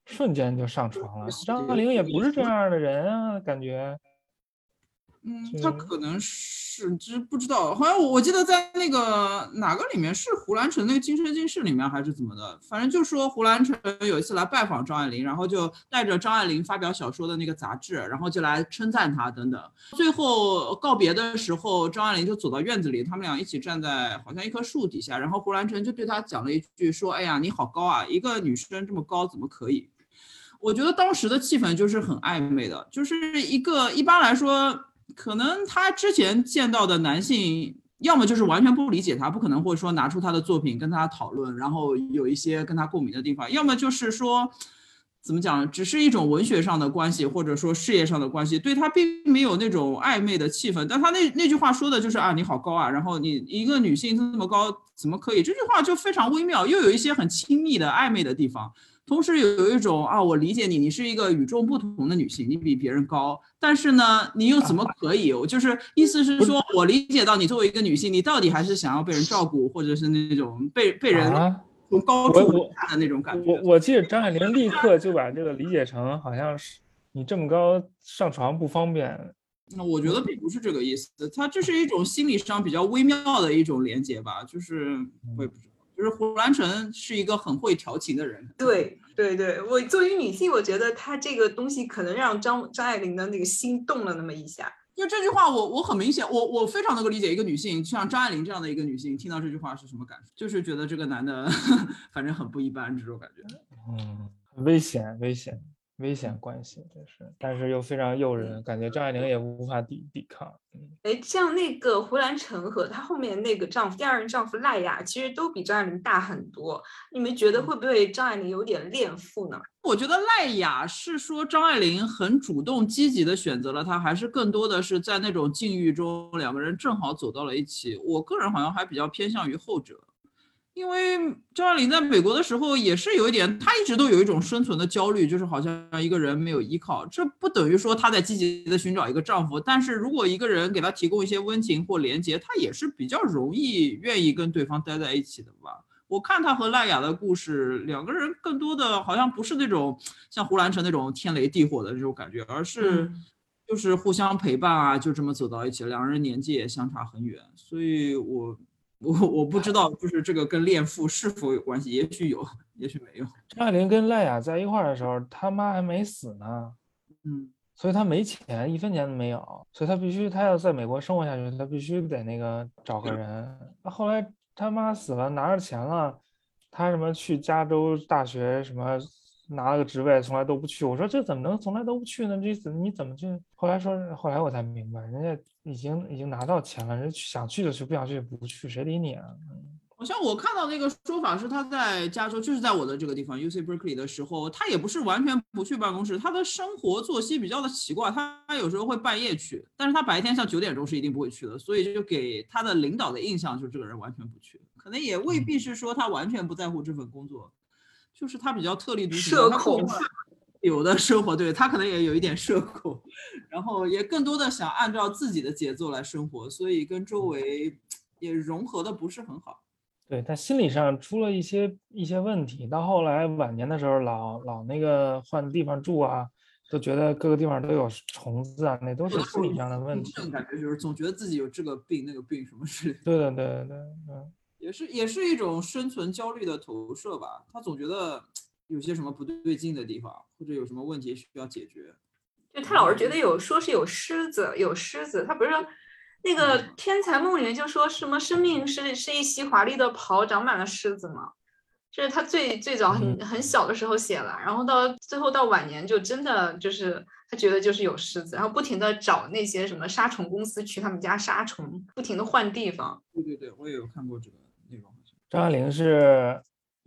瞬间就上床了。张爱玲也不是这样的人啊，感觉。 他可能是，只是不知道，好像我记得在那个哪个里面是胡兰成那个《今生今世》里面还是怎么的，反正就说胡兰成有一次来拜访张爱玲，然后就带着张爱玲发表小说的那个杂志，然后就来称赞她等等。最后告别的时候，张爱玲就走到院子里，他们俩一起站在好像一棵树底下，然后胡兰成就对她讲了一句说：“哎呀，你好高啊，一个女生这么高怎么可以？”我觉得当时的气氛就是很暧昧的，就是一般来说。可能他之前见到的男性，要么就是完全不理解他，不可能会说拿出他的作品跟他讨论，然后有一些跟他共鸣的地方；要么就是说，怎么讲，只是一种文学上的关系，或者说事业上的关系，对他并没有那种暧昧的气氛。但他那句话说的就是啊，你好高啊，然后你一个女性这么高，怎么可以？这句话就非常微妙，又有一些很亲密的暧昧的地方。同时有一种啊，我理解你，你是一个与众不同的女性，你比别人高，但是呢，你又怎么可以？我就是意思是说，我理解到你作为一个女性，你到底还是想要被人照顾，或者是那种被人从高处看的那种感觉。 我记得张爱玲立刻就把这个理解成好像是你这么高上床不方便。 那我觉得并不是这个意思，它这是一种心理上比较微妙的一种连接吧，就是我也不知道。就是胡兰成是一个很会调情的人。 对，我作为女性，我觉得她这个东西可能让张爱玲的那个心动了那么一下。 就这句话我很明显，我非常能够理解一个女性，像张爱玲这样的一个女性，听到这句话是什么感受，就是觉得这个男的反正很不一般，这种感觉。 危险关系，但是又非常诱人，感觉张爱玲也无法抵抗。 像那个胡兰成和她后面那个丈夫，第二任丈夫赖雅，其实都比张爱玲大很多。你们觉得会不会张爱玲有点恋父呢？ 我觉得赖雅是说张爱玲很主动积极的选择了他，还是更多的是在那种境遇中两个人正好走到了一起？我个人好像还比较偏向于后者。因为张爱玲在美国的时候也是有一点，她一直都有一种生存的焦虑，就是好像一个人没有依靠。这不等于说她在积极的寻找一个丈夫，但是如果一个人给她提供一些温情或连接，她也是比较容易愿意跟对方待在一起的吧。我看她和赖雅的故事，两个人更多的好像不是那种像胡兰成那种天雷地火的这种感觉，而是就是互相陪伴啊，就这么走到一起。两人年纪也相差很远，所以我不知道，就是这个跟恋父是否有关系，也许有，也许没有。 张爱玲跟赖雅在一块儿的时候，他妈还没死呢，所以他没钱，一分钱都没有，所以他要在美国生活下去，他必须得那个找个人。后来他妈死了，拿着钱了，他什么去加州大学什么拿了个职位，从来都不去。我说这怎么能从来都不去呢？你怎么去？后来我才明白，人家已经拿到钱了，人家想去就去，不想去就不去，谁理你啊？ 好像我看到那个说法是他在加州，就是在我的这个地方 UC Berkeley 的时候，他也不是完全不去办公室，他的生活作息比较的奇怪，他有时候会半夜去，但是他白天像9点钟是一定不会去的，所以就给他的领导的印象就是这个人完全不去，可能也未必是说他完全不在乎这份工作，就是他比较特立独行， 社恐。 有的生活，对，他可能也有一点社恐，然后也更多的想按照自己的节奏来生活，所以跟周围也融合的不是很好。 对，他心理上出了一些问题，到后来晚年的时候老那个换地方住啊，都觉得各个地方都有虫子啊，那都是心理上的问题。 感觉就是总觉得自己有这个病那个病什么之类的。 对的， 也是一种生存焦虑的投射吧。他总觉得有些什么不对劲的地方，或者有什么问题需要解决。 就他老是觉得说是有狮子，他不是说那个《天才梦》里面就说什么生命是一袭华丽的袍，长满了狮子嘛。这是他最早很小的时候写了，然后到最后到晚年就真的就是他觉得就是有狮子，然后不停的找那些什么杀虫公司去他们家杀虫，不停的换地方。 对，我也有看过这个内容。 张爱玲是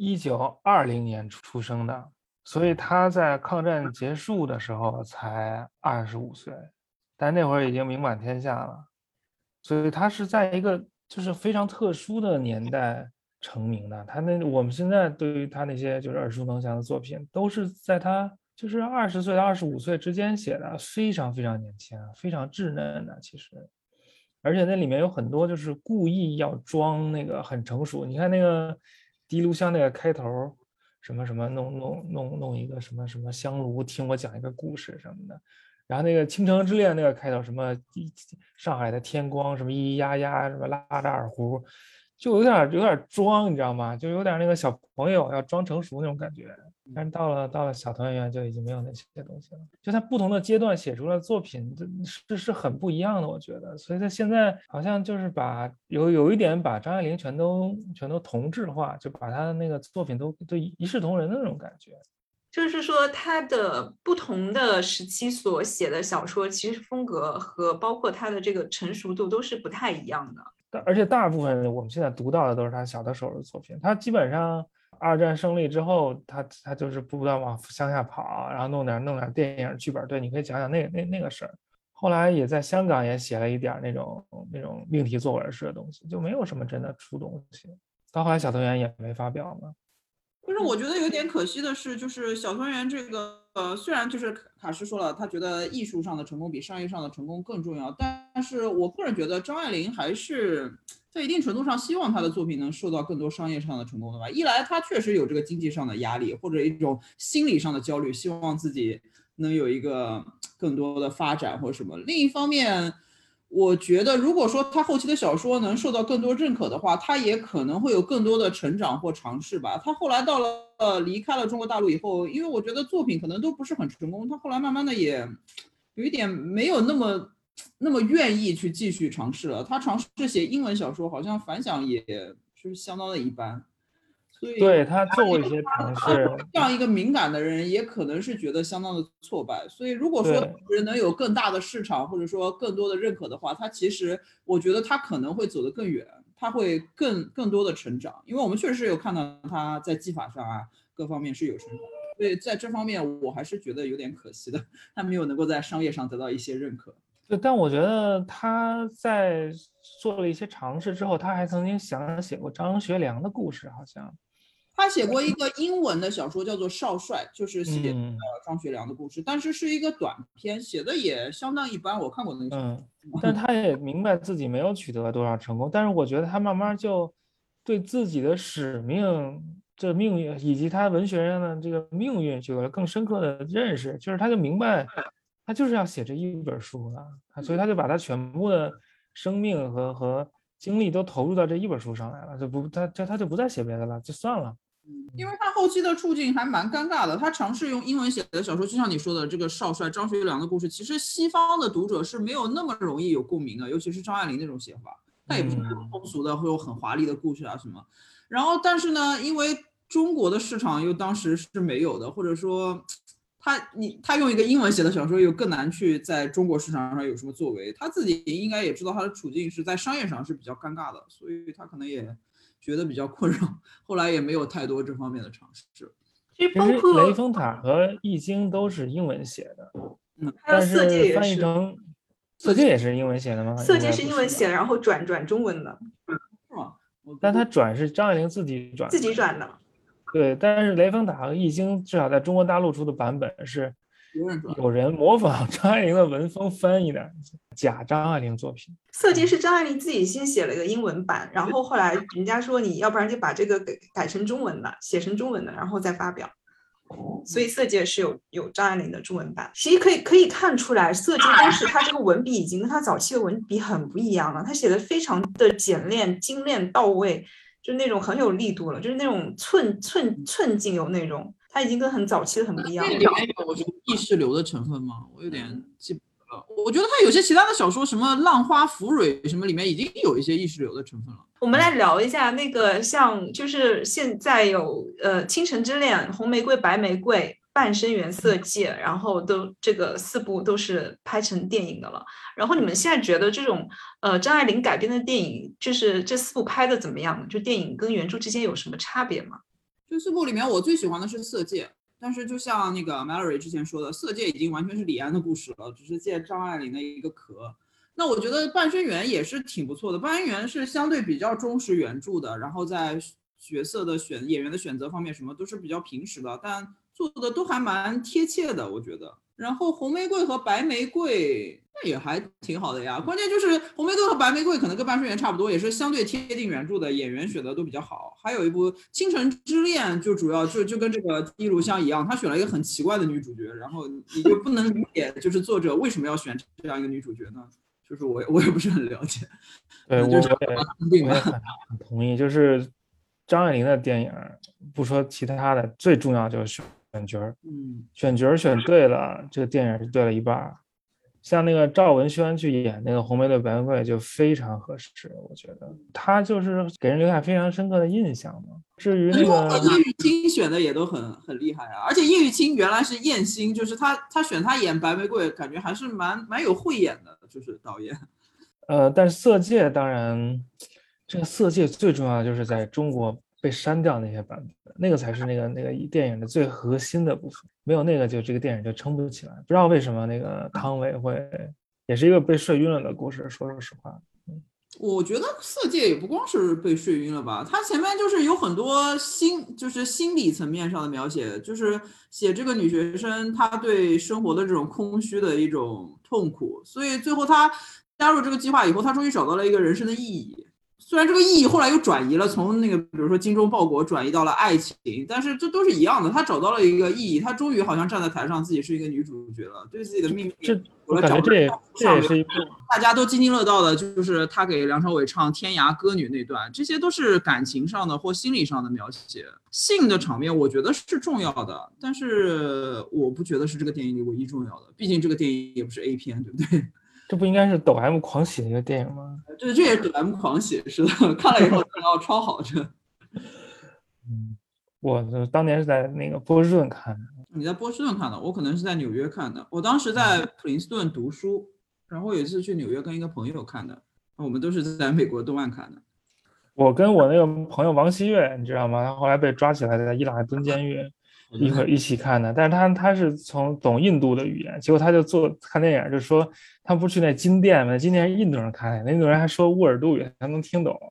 1920年出生的，所以她在抗战结束的时候才25岁，但那会儿已经名满天下了，所以她是在一个就是非常特殊的年代成名的。我们现在对于她那些就是耳熟能详的作品，都是在她就是20岁到25岁之间写的，非常非常年轻，非常稚嫩的其实。而且那里面有很多就是故意要装那个很成熟，你看那个《滴炉香》那个开头， 什么什么弄一个什么什么香炉，听我讲一个故事什么的。然后那个《倾城之恋》那个开头什么上海的天光什么咿咿呀呀什么拉着二胡，就有点装，你知道吗？就有点那个小朋友要装成熟那种感觉。但是到了小团圆就已经没有那些东西了。就他不同的阶段写出了作品，是很不一样的，我觉得。所以他现在好像就是把有一点把张爱玲全都同质化，就把他的那个作品都一视同仁的那种感觉。 就是说，他的不同的时期所写的小说，其实风格和包括他的这个成熟度都是不太一样的。 而且大部分我们现在读到的都是他小的时候的作品。他基本上二战胜利之后，他就是不断往乡下跑，然后弄点电影剧本。对，你可以讲讲那个事儿。后来也在香港也写了一点那种命题作文式的东西，就没有什么真的出东西。到后来小团圆也没发表嘛。 就是我觉得有点可惜的是，就是小团圆这个虽然就是卡诗说了，他觉得艺术上的成功比商业上的成功更重要，但是我个人觉得张爱玲还是在一定程度上希望她的作品能受到更多商业上的成功的吧。一来她确实有这个经济上的压力，或者一种心理上的焦虑，希望自己能有一个更多的发展或者什么。另一方面，我觉得如果说他后期的小说能受到更多认可的话，他也可能会有更多的成长或尝试吧。他后来到了离开了中国大陆以后，因为我觉得作品可能都不是很成功，他后来慢慢的也有一点没有那么愿意去继续尝试了。他尝试写英文小说，好像反响也是相当的一般。所以对，他做过一些尝试， 这样一个敏感的人也可能是觉得相当的挫败。所以如果说人能有更大的市场或者说更多的认可的话，他其实我觉得他可能会走得更远，他会更多的成长。因为我们确实有看到他在技法上啊各方面是有成长的，所以在这方面我还是觉得有点可惜的，他没有能够在商业上得到一些认可。 对，但我觉得他在做了一些尝试之后，他还曾经写过张学良的故事，好像。 他写过一个英文的小说叫做《少帅》，就是写张学良的故事，但是是一个短篇，写的也相当一般。我看过那个但他也明白自己没有取得多少成功，但是我觉得他慢慢就对自己的使命、这命运以及他文学上的这个命运有了更深刻的认识，就是他就明白他就是要写这一本书了，所以他就把他全部的生命和精力都投入到这一本书上来了，他就不再写别的了，就算了。 因为他后期的处境还蛮尴尬的，他尝试用英文写的小说，就像你说的这个少帅张学良的故事，其实西方的读者是没有那么容易有共鸣的，尤其是张爱玲那种写法，他也不是很通俗的，会有很华丽的故事啊什么。然后但是呢，因为中国的市场又当时是没有的，或者说他用一个英文写的小说又更难去在中国市场上有什么作为，他自己应该也知道他的处境是在商业上是比较尴尬的，所以他可能也觉得比较困扰，后来也没有太多这方面的尝试。 其实包其实括雷峰塔和易经都是英文写的， 还有但色戒也是翻译是， 成色戒也是英文写的吗？ 色戒是英文写的，然后转中文的， 是吗？ 但他转是张爱玲自己转的。 对，但是雷峰塔和易经至少在中国大陆出的版本是有人模仿张爱玲的文风翻译的假张爱玲作品。 色戒是张爱玲自己先写了一个英文版，然后后来人家说你要不然就把这个改成中文的，写成中文的，然后再发表。所以色戒是有张爱玲的中文版。其实可以看出来，色戒当时他这个文笔已经跟他早期的文笔很不一样了，他写的非常的简练、精炼到位，就那种很有力度了，就是那种寸劲有那种，他已经跟很早期的很不一样了。 里面有我觉得意识流的成分吗？我有点记不得了。我觉得他有些其他的小说，什么浪花浮蕊什么，里面已经有一些意识流的成分了。 我们来聊一下那个，像就是现在有倾城之恋、红玫瑰、白玫瑰、半生缘、色戒，然后都这个4部都是拍成电影的了。然后你们现在觉得这种张爱玲改编的电影，就是这4部拍的怎么样？就电影跟原著之间有什么差别吗？ 这4部里面，我最喜欢的是色戒，但是就像那个 Mallory 之前说的，色戒已经完全是李安的故事了，只是借张爱玲的一个壳。那我觉得半生缘也是挺不错的，半生缘是相对比较忠实原著的，然后在角色的演员的选择方面什么都是比较平实的，但做的都还蛮贴切的，我觉得。 然后红玫瑰和白玫瑰那也还挺好的呀，关键就是红玫瑰和白玫瑰可能跟半生缘差不多，也是相对贴近原著的，演员选的都比较好。还有一部倾城之恋，就主要就跟这个第一炉香一样，他选了一个很奇怪的女主角，然后你就不能理解就是作者为什么要选这样一个女主角呢？就是我也不是很了解。 对， 就是我也很同意，就是张爱玲的电影，不说其他的，最重要就是选角儿。选角儿选对了，这个电影就对了一半儿。像那个赵文轩去演那个红玫瑰白玫瑰就非常合适，我觉得他就是给人留下非常深刻的印象嘛。至于那个叶玉卿选的也都很厉害啊，而且叶玉卿原来是艳星，就是他选他演白玫瑰，感觉还是蛮有慧眼的，就是导演。 但是色戒当然，这个色戒最重要的就是在中国被删掉那些版本，那个才是那个电影的最核心的部分，没有那个就这个电影就撑不起来。不知道为什么那个汤唯会，也是一个被睡晕了的故事，说实话。 我觉得色戒也不光是被睡晕了吧，它前面就是有很多就是心理层面上的描写，就是写这个女学生她对生活的这种空虚的一种痛苦，所以最后她加入这个计划以后，她终于找到了一个人生的意义。虽然这个意义后来又转移了，从那个比如说精忠报国转移到了爱情，但是这都是一样的。她找到了一个意义，她终于好像站在台上，自己是一个女主角了，对自己的命运我感觉这也是一部大家都津津乐道的，就是她给梁朝伟唱《天涯歌女》那段，这些都是感情上的或心理上的描写。性的场面我觉得是重要的，但是我不觉得是这个电影里唯一重要的，毕竟这个电影也不是 A 片，对不对？ 这不应该是抖 M 狂喜的一个电影吗？ 对，这也是抖 M 狂喜，是的，看了以后超好这。 我当年是在那个波士顿看的。 你在波士顿看的，我可能是在纽约看的。我当时在普林斯顿读书，然后有一次去纽约跟一个朋友看的，我们都是在美国东岸看的。 我跟我那个朋友王希月，你知道吗？他后来被抓起来，在伊朗蹲监狱，一起看的。但是他是从懂印度的语言，结果他就看电影，就说他不去那金店吗？金店是印度人开的，那印度人还说乌尔都语，他能听懂。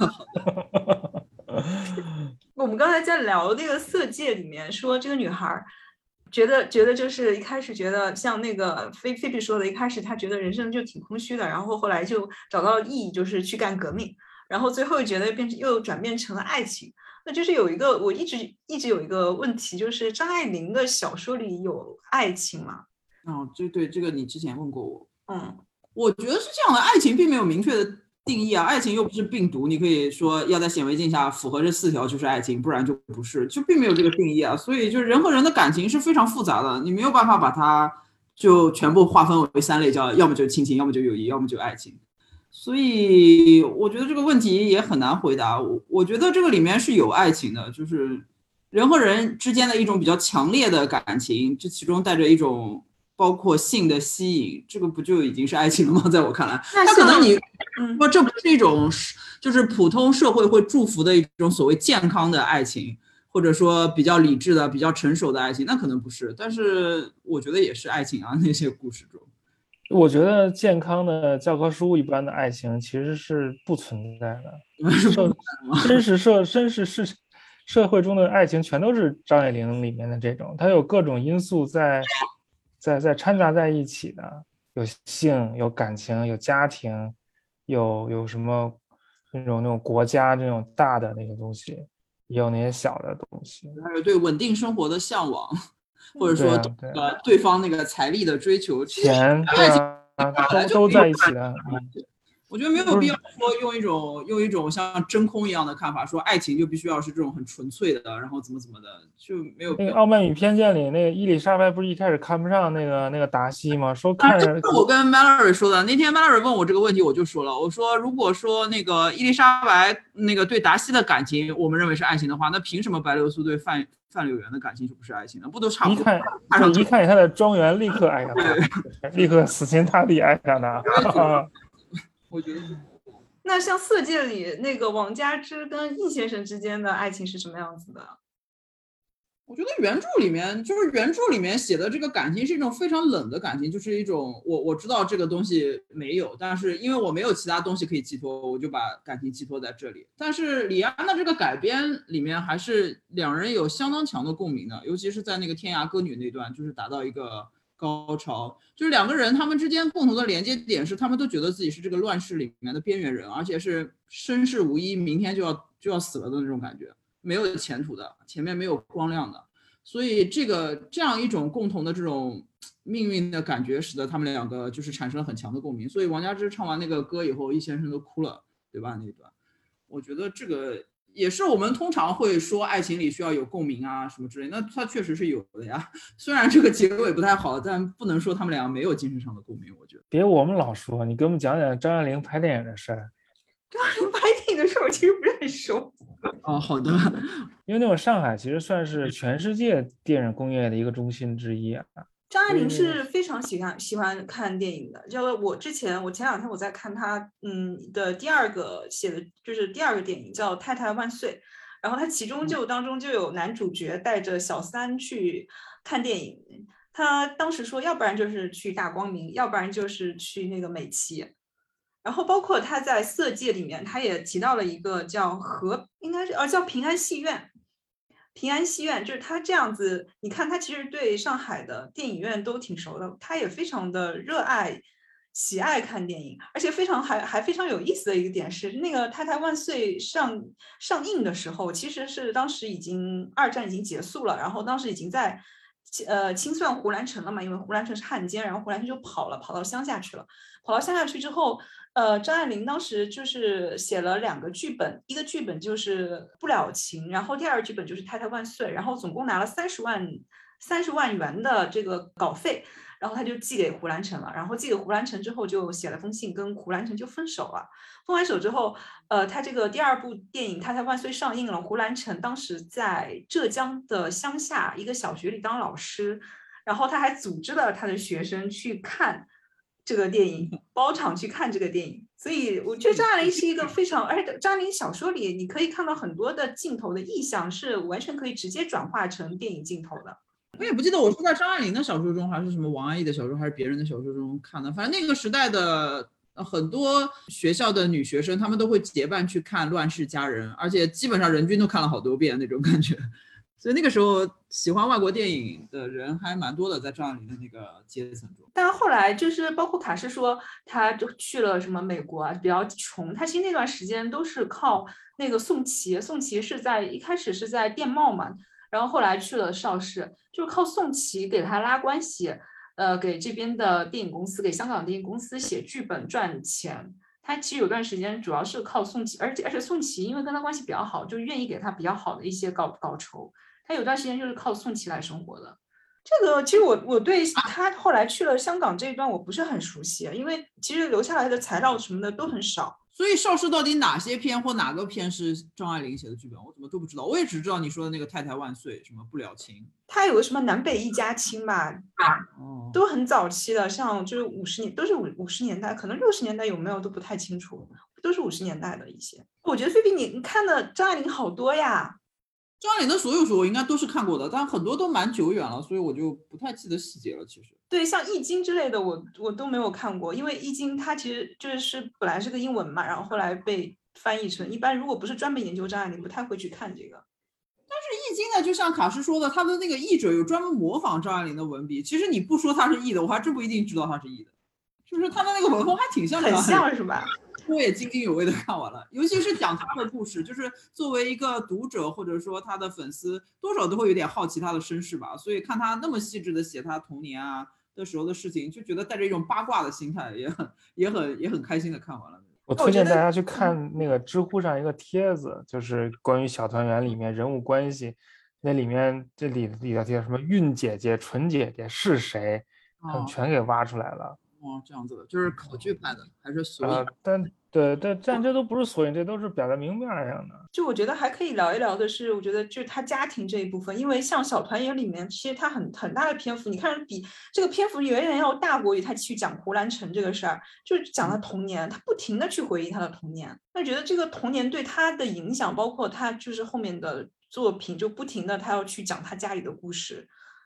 我们刚才在聊那个色戒里面说这个女孩觉得就是一开始觉得像那个菲比说的，一开始她觉得人生就挺空虚的，然后后来就找到意义，就是去干革命，然后最后觉得又转变成了爱情。那就是有一个我一直有一个问题，就是张爱玲的小说里有爱情吗？ 对，这个你之前问过我。我觉得是这样的，爱情并没有明确的定义啊，爱情又不是病毒，你可以说要在显微镜下符合这4条就是爱情，不然就不是，就并没有这个定义啊。所以就是人和人的感情是非常复杂的，你没有办法把它就全部划分为3类，叫要么就亲情，要么就友谊，要么就爱情。所以我觉得这个问题也很难回答。我觉得这个里面是有爱情的，就是人和人之间的一种比较强烈的感情，这其中带着一种包括性的吸引，这个不就已经是爱情了吗？在我看来，它可能你说这不是一种就是普通社会会祝福的一种所谓健康的爱情，或者说比较理智的、比较成熟的爱情，那可能不是，但是我觉得也是爱情啊，那些故事中。 我觉得健康的教科书一般的爱情其实是不存在的，真实社会中的爱情全都是张爱玲里面的这种，它有各种因素在掺杂在一起的，有性，有感情，有家庭，有什么那种国家这种大的那个东西，也有那些小的东西， 还有对稳定生活的向往。或者说对方那个财力的追求， 钱都在一起的。 我觉得没有必要说用一种像真空一样的看法，说爱情就必须要是这种很纯粹的，然后怎么的，就没有必要。 那个《傲慢与偏见》里，那个伊丽莎白不是一开始看不上那个达西吗？说看着。 这是我跟 Mallory 说的。那天 Mallory 问我这个问题，我就说了，我说如果说那个伊丽莎白那个对达西的感情，我们认为是爱情的话，那凭什么白流苏对范柳原的感情就不是爱情呢？不都差不多？ 一看他的庄园，立刻爱上他，立刻死心塌地爱上他。 我觉得那像色戒里那个王佳芝跟易先生之间的爱情是什么样子的？ 我觉得原著里面写的这个感情是一种非常冷的感情，就是一种我知道这个东西没有，但是因为我没有其他东西可以寄托，我就把感情寄托在这里。但是李安的这个改编里面还是两人有相当强的共鸣的，尤其是在那个天涯歌女那段，就是达到一个高潮，就是两个人他们之间共同的连接点是，他们都觉得自己是这个乱世里面的边缘人，而且是生世无依，明天就要死了的那种感觉，没有前途的，前面没有光亮的。所以这样一种共同的这种命运的感觉，使得他们两个就是产生了很强的共鸣。所以王佳芝唱完那个歌以后，易先生都哭了，对吧？那一段，我觉得这个也是我们通常会说爱情里需要有共鸣啊什么之类，那他确实是有的呀。虽然这个结尾不太好，但不能说他们俩没有精神上的共鸣。我觉得别我们老说，你给我们讲讲张爱玲拍电影的事儿。 张爱玲拍电影的事儿我其实不是很熟。 哦，好的。 因为那会儿上海其实算是全世界电影工业的一个中心之一啊。 张爱玲是非常喜欢看电影的，就我前2天我在看她的第二个写的就是第二个电影叫《太太万岁》，然后她其中当中就有男主角带着小三去看电影，他当时说要不然就是去大光明，要不然就是去那个美琪。然后包括他在《色戒》里面，他也提到了一个叫应该是叫平安戏院。平安戏院就是他这样子，你看他其实对上海的电影院都挺熟的，他也非常的热爱、喜爱看电影，而且还非常有意思的一个点是，那个《太太万岁》上映的时候，其实是当时二战已经结束了，然后当时已经在清算胡兰成了嘛，因为胡兰成是汉奸，然后胡兰成就跑到乡下去了，跑到乡下去之后。张爱玲当时就是写了2个剧本，一个剧本就是《不了情》，然后第二个剧本就是《太太万岁》，然后总共拿了30万元的这个稿费，然后他就寄给胡兰成了，然后寄给胡兰成之后就写了封信跟胡兰成就分手了。分完手之后，他这个第2部电影《太太万岁》上映了，胡兰成当时在浙江的乡下一个小学里当老师，然后他还组织了他的学生去看这个电影，包场去看这个电影，所以我觉得张爱玲是一个非常，而且张爱玲小说里你可以看到很多的镜头的意象是完全可以直接转化成电影镜头的。 我也不记得我是在张爱玲的小说中，还是什么王安忆的小说，还是别人的小说中看的。反正那个时代的很多学校的女学生，她们都会结伴去看《乱世佳人》，而且基本上人均都看了好多遍那种感觉。所以那个时候喜欢外国电影的人还蛮多的，在张爱玲的那个阶层中。 但后来就是包括卡诗说他就去了什么美国啊，比较穷，他其实那段时间都是靠那个宋琦是一开始是在电报嘛，然后后来去了邵氏，就是靠宋琦给他拉关系，给这边的电影公司，给香港电影公司写剧本赚钱。他其实有段时间主要是靠宋琦，而且宋琦因为跟他关系比较好，就愿意给他比较好的一些稿酬。他有段时间就是靠宋琦来生活的。这个其实我对他后来去了香港这一段我不是很熟悉，因为其实留下来的材料什么的都很少。 所以邵氏到底哪些篇或哪个篇是张爱玲写的剧本，我怎么都不知道。我也只知道你说的那个《太太万岁》，什么不了情， 他有个什么南北一家亲吧，都很早期的，像就是50年，都是50年代，可能60年代有没有都不太清楚，都是50年代的一些。我觉得菲比你看的张爱玲好多呀。 张爱玲的所有书我应该都是看过的，但很多都蛮久远了，所以我就不太记得细节了。其实对，像易经之类的我都没有看过，因为易经它其实就是本来是个英文嘛，然后后来被翻译成，一般如果不是专门研究张爱玲不太会去看这个。 但是易经呢，就像卡诗说的，他的那个译者有专门模仿张爱玲的文笔，其实你不说他是译的，我还真不一定知道他是译的，就是他的那个文风还挺像的， 很像是吧？ 我也津津有味的看完了，尤其是讲他的故事，就是作为一个读者或者说他的粉丝，多少都会有点好奇他的身世吧，所以看他那么细致的写他童年啊的时候的事情，就觉得带着一种八卦的心态，也很开心的看完了。 我推荐大家去看那个知乎上一个帖子，就是关于小团圆里面人物关系，那里面这里的什么韵姐姐、纯姐姐是谁，他们全给挖出来了。 这样子的，就是考据派的还是索引？ 但这都不是索引，这都是表在明面上的。 就我觉得还可以聊一聊的是，我觉得就是他家庭这一部分，因为像小团圆里面，其实他很大的篇幅，你看比这个篇幅远远要大过于他去讲胡兰成这个事儿，就是讲他童年，他不停的去回忆他的童年。那觉得这个童年对他的影响，包括他就是后面的作品，就不停的他要去讲他家里的故事。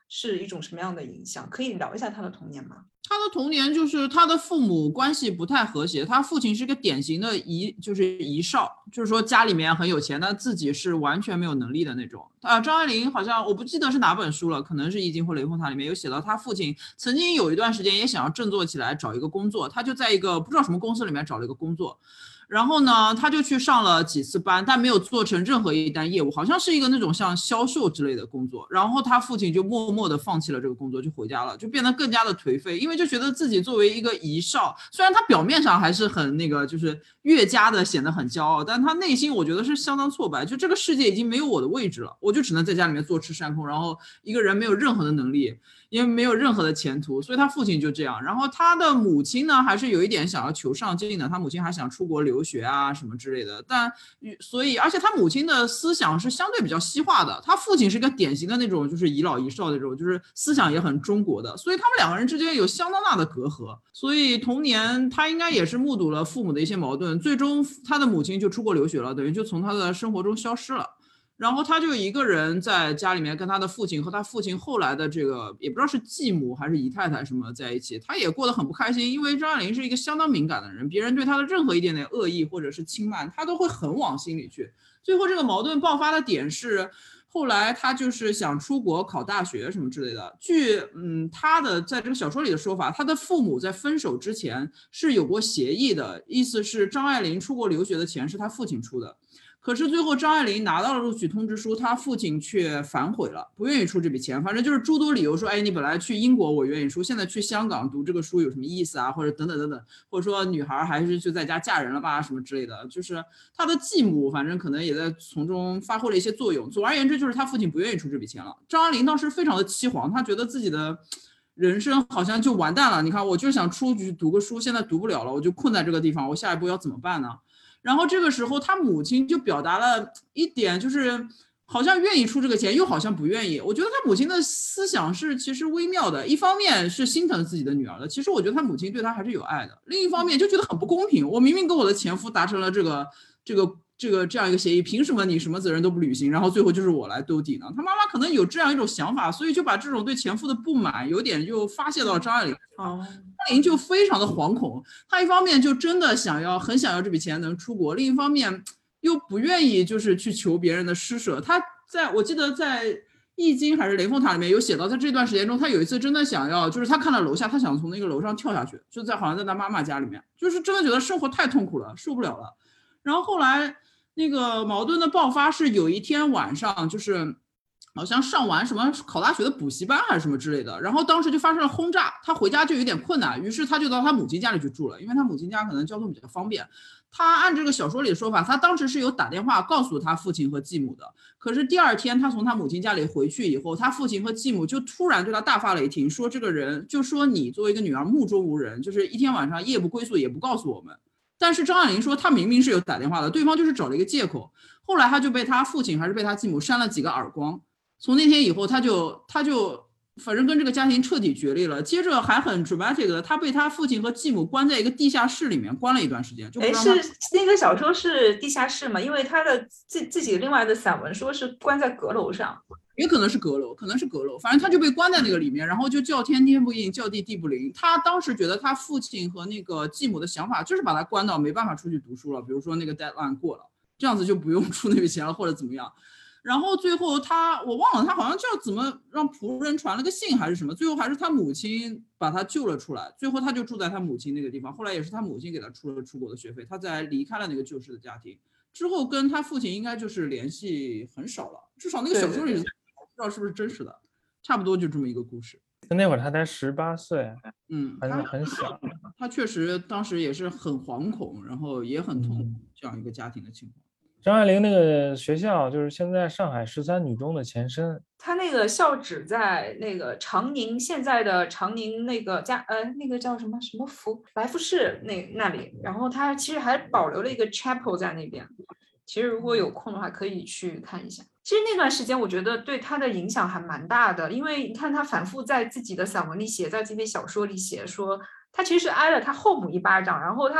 是一种什么样的影响？可以聊一下他的童年吗？ 他的童年就是他的父母关系不太和谐，他父亲是个典型的遗少，就是说家里面很有钱，但自己是完全没有能力的那种。张爱玲好像我不记得是哪本书了，可能是《易经》或《雷峰塔》里面有写到，他父亲曾经有一段时间也想要振作起来找一个工作，他就在一个不知道什么公司里面找了一个工作。然后呢，他就去上了几次班，但没有做成任何一单业务，好像是一个那种像销售之类的工作。然后他父亲就默默地放弃了这个工作，就回家了，就变得更加的颓废，因为就觉得自己作为一个遗少，虽然他表面上还是很那个，就是越加的显得很骄傲，但他内心我觉得是相当挫败，就这个世界已经没有我的位置了，我就只能在家里面坐吃山空，然后一个人没有任何的能力。因为没有任何的前途，所以他父亲就这样。然后他的母亲呢，还是有一点想要求上进的，他母亲还想出国留学啊什么之类的。但所以，而且他母亲的思想是相对比较西化的，他父亲是个典型的那种就是遗老遗少那种，就是思想也很中国的，所以他们两个人之间有相当大的隔阂。所以童年他应该也是目睹了父母的一些矛盾，最终他的母亲就出国留学了，等于就从他的生活中消失了。然后他就一个人在家里面跟他的父亲和他父亲后来的这个也不知道是继母还是姨太太什么在一起，他也过得很不开心，因为张爱玲是一个相当敏感的人，别人对他的任何一点点恶意或者是轻慢，他都会很往心里去。最后这个矛盾爆发的点是后来他就是想出国考大学什么之类的。据他的在这个小说里的说法，他的父母在分手之前是有过协议的，意思是张爱玲出国留学的钱是他父亲出的。可是最后张爱玲拿到了录取通知书，他父亲却反悔了，不愿意出这笔钱，反正就是诸多理由说，哎，你本来去英国我愿意出，现在去香港读这个书有什么意思啊，或者等等等等，或者说女孩还是就在家嫁人了吧什么之类的，就是他的继母反正可能也在从中发挥了一些作用。总而言之，就是他父亲不愿意出这笔钱了。张爱玲当时非常的凄惶，他觉得自己的人生好像就完蛋了，你看我就想出去读个书，现在读不了了，我就困在这个地方，我下一步要怎么办呢？然后这个时候他母亲就表达了一点，就是好像愿意出这个钱，又好像不愿意。我觉得他母亲的思想是其实微妙的，一方面是心疼自己的女儿的，其实我觉得他母亲对他还是有爱的，另一方面就觉得很不公平，我明明跟我的前夫达成了这样一个协议，凭什么你什么责任都不履行，然后最后就是我来兜底呢？他妈妈可能有这样一种想法，所以就把这种对前夫的不满有点就发泄到张爱玲。张爱玲就非常的惶恐，她一方面就真的很想要这笔钱能出国，另一方面又不愿意就是去求别人的施舍。她我记得在《易经》还是《雷峰塔》里面有写到，在这段时间中，她有一次真的想要，就是她看到楼下，她想从那个楼上跳下去，就好像在她妈妈家里面，就是真的觉得生活太痛苦了，受不了了。然后后来那个矛盾的爆发是有一天晚上，就是好像上完什么考大学的补习班还是什么之类的，然后当时就发生了轰炸，他回家就有点困难，于是他就到他母亲家里去住了，因为他母亲家可能交通比较方便。他按这个小说里的说法，他当时是有打电话告诉他父亲和继母的，可是第二天他从他母亲家里回去以后，他父亲和继母就突然对他大发雷霆，说这个人就说你作为一个女儿目中无人，就是一天晚上夜不归宿也不告诉我们。但是张爱玲说他明明是有打电话的，对方就是找了一个借口。后来他就被他父亲还是被他继母扇了几个耳光，从那天以后他就反正跟这个家庭彻底决裂了。接着还很 dramatic 的，他被他父亲和继母关在一个地下室里面关了一段时间。就不是那个小说是地下室吗？因为他的自己另外的散文说是关在阁楼上， 也可能是阁楼，反正他就被关在那个里面，然后就叫天天不应，叫地地不灵。他当时觉得他父亲和那个继母的想法就是把他关到没办法出去读书了，比如说那个 deadline 过了，这样子就不用出那笔钱了或者怎么样。然后最后我忘了他好像就要怎么让仆人传了个信还是什么，最后还是他母亲把他救了出来，最后他就住在他母亲那个地方，后来也是他母亲给他出了出国的学费，他才离开了那个旧式的家庭，之后跟他父亲应该就是联系很少了，至少那个小说里不知道是不是真实的，差不多就这么一个故事。 那会儿他才18岁，很小。 他确实当时也是很惶恐，然后也很痛苦这样一个家庭的情况。 张爱玲那个学校就是现在上海13女中的前身， 他那个校址在那个长宁，现在的长宁那个那个叫什么来福士那里，然后他其实还保留了一个 chapel 在那边，其实如果有空的话可以去看一下。其实那段时间我觉得对他的影响还蛮大的，因为你看他反复在自己的散文里写，在这篇小说里写，说他其实是挨了他后母一巴掌，然后他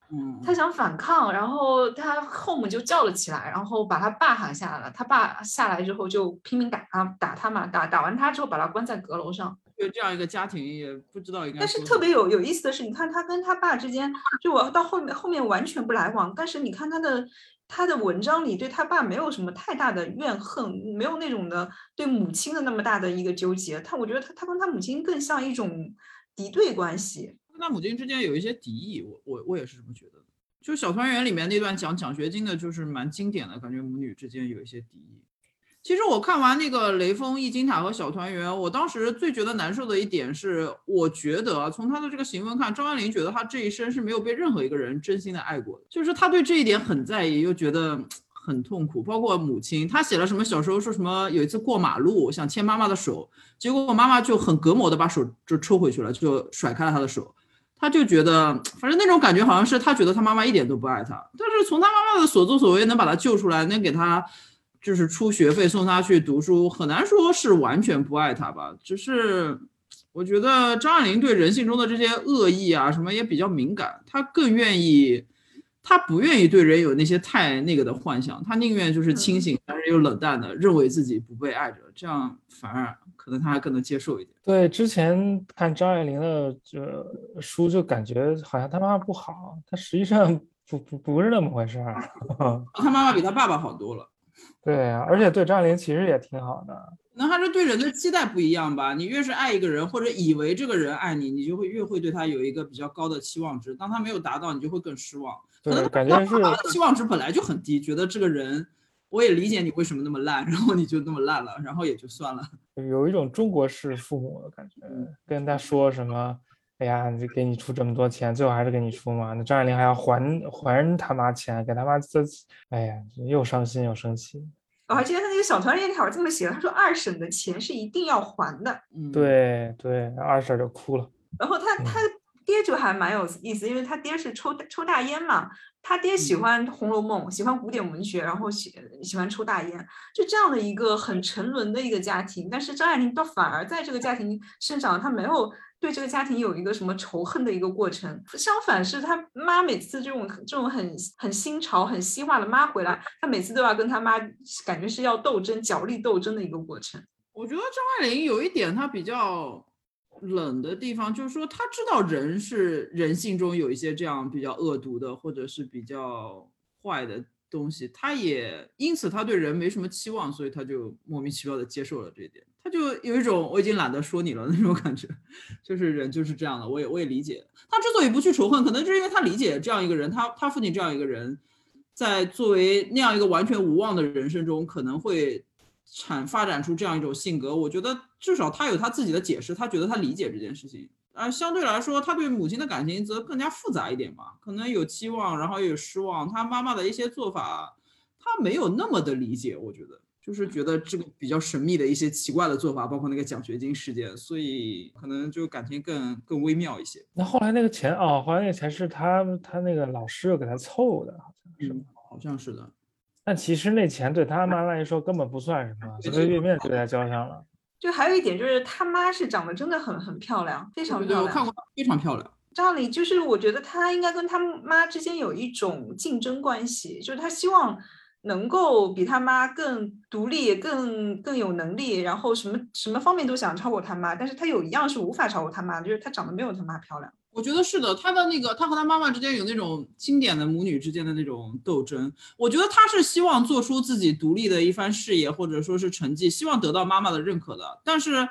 他想反抗，然后他后母就叫了起来，然后把他爸喊下来了。他爸下来之后就拼命打他嘛，打完他之后把他关在阁楼上。 就这样一个家庭也不知道应该。 但是特别有意思的是，你看他跟他爸之间，就我到后面完全不来往，但是你看他的文章里对他爸没有什么太大的怨恨，没有那种的对母亲的那么大的一个纠结。我觉得他跟他母亲更像一种敌对关系， 跟他母亲之间有一些敌意，我也是这么觉得的。就小团圆里面那段讲奖学金的，就是蛮经典的，感觉母女之间有一些敌意。其实我看完那个雷锋、易金塔和小团圆，我当时最觉得难受的一点是，我觉得从他的这个行文看，张爱玲觉得他这一生是没有被任何一个人真心的爱过的，就是他对这一点很在意，又觉得很痛苦。包括母亲，他写了什么小时候说什么有一次过马路想牵妈妈的手，结果我妈妈就很隔膜的把手就抽回去了，就甩开了他的手。他就觉得反正那种感觉好像是他觉得他妈妈一点都不爱他，但是从他妈妈的所作所为能把他救出来，能给他就是出学费送他去读书，很难说是完全不爱他吧。只是我觉得张爱玲对人性中的这些恶意啊什么也比较敏感，她更愿意，她不愿意对人有那些太那个的幻想，她宁愿就是清醒但是又冷淡的认为自己不被爱着，这样反而可能她还更能接受一点。 对，之前看张爱玲的书就感觉好像她妈妈不好，她实际上不是那么回事儿。 她妈妈比她爸爸好多了。 对啊，而且对张爱玲其实也挺好的。 那还是对人的期待不一样吧，你越是爱一个人或者以为这个人爱你，你就会越会对他有一个比较高的期望值，当他没有达到你就会更失望。 对，感觉是期望值本来就很低，觉得这个人我也理解你为什么那么烂，然后你就那么烂了，然后也就算了。 有一种中国式父母的感觉，跟他说什么哎呀你给你出这么多钱最后还是给你出嘛，那张爱玲还要还他妈钱，给他妈哎呀又伤心又生气。 我还记得他那个小团圆条这么写的，他说二婶的钱是一定要还的。 对对，二婶就哭了。 然后他爹就还蛮有意思，因为他爹是抽大烟嘛，他爹喜欢《红楼梦》，喜欢古典文学，然后喜欢抽大烟，就这样的一个很沉沦的一个家庭。但是张爱玲倒反而在这个家庭生长，她没有对这个家庭有一个什么仇恨的一个过程，相反是他妈每次这种很新潮很西化的妈回来，他每次都要跟他妈感觉是要斗争角力斗争的一个过程。 我觉得张爱玲有一点她比较冷的地方，就是说他知道人性中有一些这样比较恶毒的或者是比较坏的东西，他也因此他对人没什么期望，所以他就莫名其妙的接受了这一点，他就有一种我已经懒得说你了那种感觉，就是人就是这样的。我也理解他之所以不去仇恨，可能就是因为他理解这样一个人，他父亲这样一个人在作为那样一个完全无望的人生中可能会发展出这样一种性格。我觉得至少他有他自己的解释，他觉得他理解这件事情，而相对来说他对母亲的感情则更加复杂一点吧，可能有期望然后也有失望，他妈妈的一些做法他没有那么的理解，我觉得就是觉得这个比较神秘的一些奇怪的做法，包括那个奖学金事件，所以可能就感情更微妙一些。 那后来那个钱后来那个钱是他那个老师给他凑的，好像是好像是的。 但其实那钱对他妈来说根本不算什么，随随便便就给他交上了。 就还有一点就是他妈是长得真的很漂亮，非常漂亮。 对，我看过，非常漂亮。 张爱玲就是我觉得他应该跟他妈之间有一种竞争关系，就是他希望能够比他妈更独立更有能力，然后什么方面都想超过他妈，但是他有一样是无法超过他妈，就是他长得没有他妈漂亮。 我觉得是的，他和他妈妈之间有那种经典的母女之间的那种斗争。我觉得他是希望做出自己独立的一番事业或者说是成绩，希望得到妈妈的认可的，但是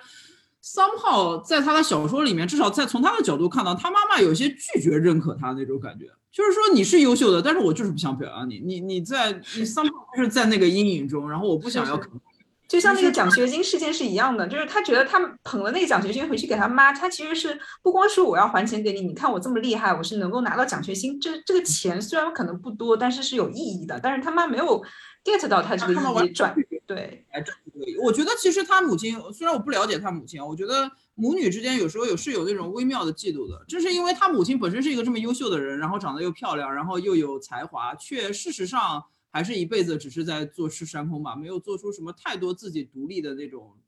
somehow在他的小说里面，至少从他的角度看到，他妈妈有些拒绝认可他那种感觉，就是说你是优秀的，但是我就是不想表扬你somehow 就是在那个阴影中，然后我不想要肯定。 就像那个奖学金事件是一样的，就是他觉得他捧了那个奖学金回去给他妈，他其实是不光是我要还钱给你，你看我这么厉害，我是能够拿到奖学金，这个钱虽然可能不多，但是有意义的，但是他妈没有 get 到他这个意义转。对， 我觉得其实他母亲，虽然我不了解他母亲，我觉得母女之间有时候是有那种微妙的嫉妒的，正是因为他母亲本身是一个这么优秀的人，然后长得又漂亮，然后又有才华，却事实上还是一辈子只是在坐吃山空吧，没有做出什么太多自己独立的那种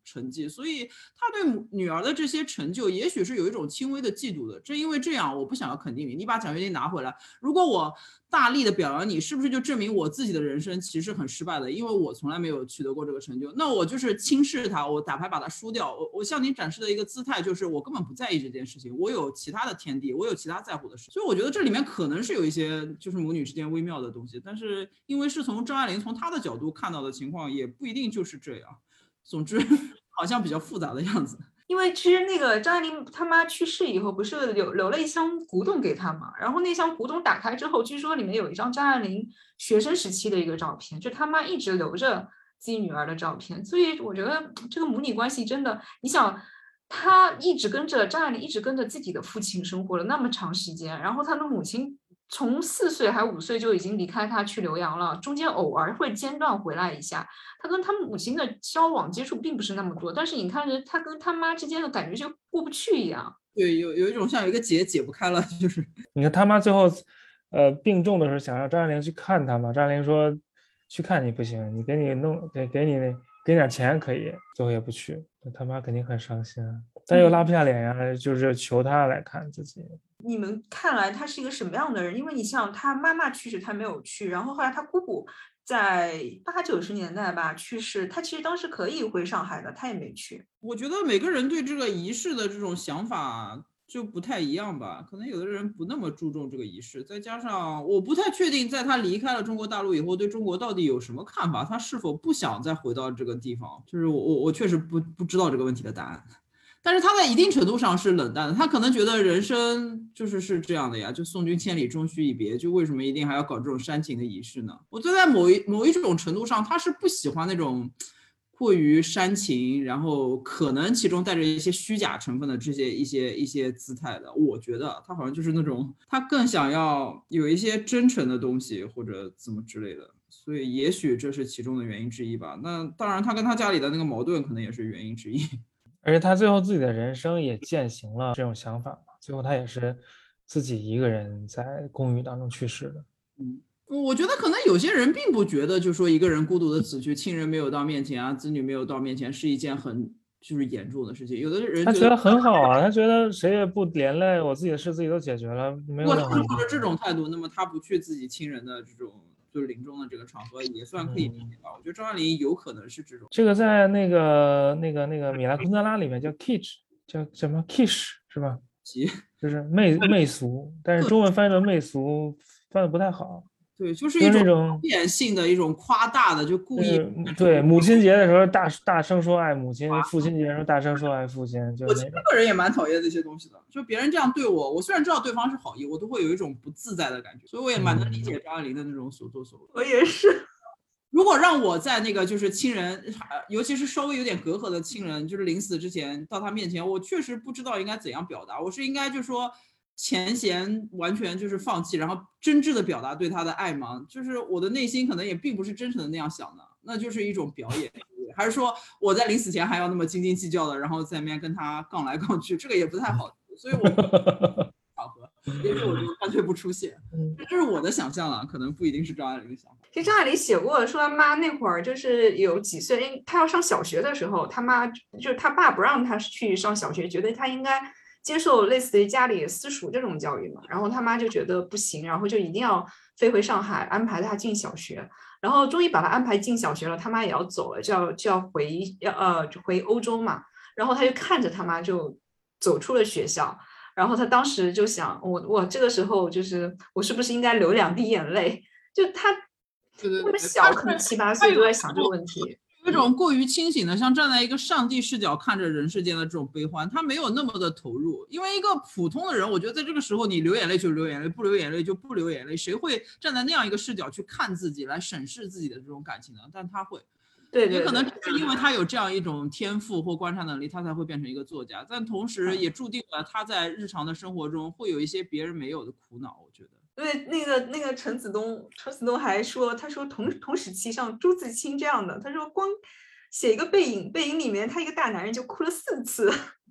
成绩，所以他对女儿的这些成就也许是有一种轻微的嫉妒的。正因为这样，我不想要肯定你把奖学金拿回来，如果我大力的表扬你，是不是就证明我自己的人生其实很失败的？因为我从来没有取得过这个成就，那我就是轻视他，我打牌把他输掉。我向你展示的一个姿态就是我根本不在意这件事情，我有其他的天地，我有其他在乎的事。所以我觉得这里面可能是有一些就是母女之间微妙的东西，但是因为是从张爱玲从她的角度看到的情况，也不一定就是这样。总之，好像比较复杂的样子。 因为其实那个张爱玲他妈去世以后，不是留了一箱古董给她嘛？然后那箱古董打开之后，据说里面有一张张爱玲学生时期的一个照片，就他妈一直留着自己女儿的照片。所以我觉得这个母女关系真的，你想，她一直跟着张爱玲，一直跟着自己的父亲生活了那么长时间，然后她的母亲从4岁还5岁就已经离开她去留洋了，中间偶尔会间断回来一下。他跟他母亲的交往接触并不是那么多，但是你看着他跟他妈之间的感觉就过不去一样。 对，有一种像有一个结解不开了，就是你看他妈最后病重的时候想让张爱玲去看他嘛，张爱玲说去看你不行，你给你点钱可以，最后也不去，他妈肯定很伤心啊，但又拉不下脸呀，就是求他来看自己。 你们看来他是一个什么样的人？因为你像他妈妈去世他没有去，然后后来他姑姑在80、90年代吧去世，他其实当时可以回上海的，他也没去。 我觉得每个人对这个仪式的这种想法就不太一样吧，可能有的人不那么注重这个仪式，再加上我不太确定在他离开了中国大陆以后对中国到底有什么看法，他是否不想再回到这个地方，就是我确实不知道这个问题的答案。但是他在一定程度上是冷淡的，他可能觉得人生是这样的呀，就送君千里终须一别，就为什么一定还要搞这种煽情的仪式呢？我觉得在某一种程度上，他是不喜欢那种过于煽情，然后可能其中带着一些虚假成分的这些一些姿态的。我觉得他好像就是那种，他更想要有一些真诚的东西或者怎么之类的，所以也许这是其中的原因之一吧。那当然，他跟他家里的那个矛盾可能也是原因之一。 而且他最后自己的人生也践行了这种想法嘛，最后他也是自己一个人在公寓当中去世的。 我觉得可能有些人并不觉得，就说一个人孤独的死去，亲人没有到面前啊，子女没有到面前是一件很就是严重的事情。有的人他觉得很好啊，他觉得谁也不连累，我自己的事自己都解决了，没有。如果他抱着这种态度，那么他不去自己亲人的这种就是临终的这个场合，也算可以理解吧。我觉得张爱玲有可能是这种。 这个在那个米兰昆德拉里面叫 kitsch， 叫什么 kitsch 是吧？就是媚俗，但是中文翻译的媚俗翻的不太好。 对，就是一种表演性的一种夸大的，就故意。 对，母亲节的时候大声说爱母亲，父亲节的时候大声说爱父亲。 我这个人也蛮讨厌这些东西的，就别人这样对我，我虽然知道对方是好意，我都会有一种不自在的感觉，所以我也蛮能理解张爱玲的那种所作所为。 我也是。 如果让我在那个就是亲人，尤其是稍微有点隔阂的亲人，就是临死之前到他面前，我确实不知道应该怎样表达。我是应该就是说前嫌完全就是放弃，然后真挚的表达对他的爱吗？就是我的内心可能也并不是真诚的那样想的，那就是一种表演。还是说我在临死前还要那么斤斤计较的，然后在那边跟他杠来杠去，这个也不太好。所以我场合，也许我就干脆不出现。这是我的想象了，可能不一定是张爱玲的想法。 其实张爱玲写过，说他妈那会儿就是有几岁，因为他要上小学的时候，他妈就是他爸不让他去上小学，觉得他应该接受类似于家里私塾这种教育嘛，然后他妈就觉得不行，然后就一定要飞回上海安排他进小学，然后终于把他安排进小学了，他妈也要走了，就要回欧洲嘛，然后他就看着他妈就走出了学校，然后他当时就想，我这个时候就是我是不是应该流2滴眼泪？就他那么小，可能7、8岁就在想这个问题。 有一种过于清醒的，像站在一个上帝视角看着人世间的这种悲欢，他没有那么的投入。因为一个普通的人，我觉得在这个时候你流眼泪就流眼泪，不流眼泪就不流眼泪，谁会站在那样一个视角去看自己，来审视自己的这种感情呢？但他会。 对， 也可能是因为他有这样一种天赋或观察能力，他才会变成一个作家，但同时也注定了他在日常的生活中会有一些别人没有的苦恼，我觉得。 对，那个陈子东还说，他说同时期像朱自清这样的，他说光写一个背影里面他一个大男人就哭了4次。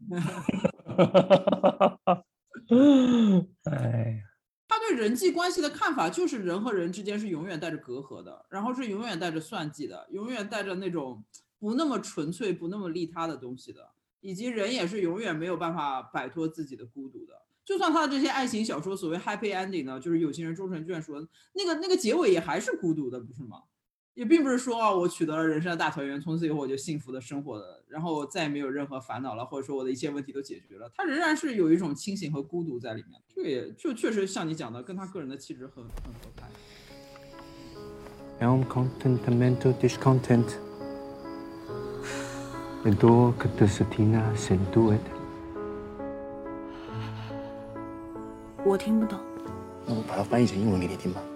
哎， 他对人际关系的看法就是人和人之间是永远带着隔阂的，然后是永远带着算计的，永远带着那种不那么纯粹、不那么利他的东西的，以及人也是永远没有办法摆脱自己的孤独的。就算他的这些爱情小说所谓 happy ending 呢，就是有情人终成眷属，那个结尾也还是孤独的，不是吗？也并不是说我取得了人生的大团圆，从此以后我就幸福的生活了，然后再也没有任何烦恼了，或者说我的一切问题都解决了，他仍然是有一种清醒和孤独在里面。这个也就确实像你讲的，跟他个人的气质很合拍。 É contentamento discontent. E dor que te satina sentuet. 我听不懂。 那我把它翻译成英文给你听吧。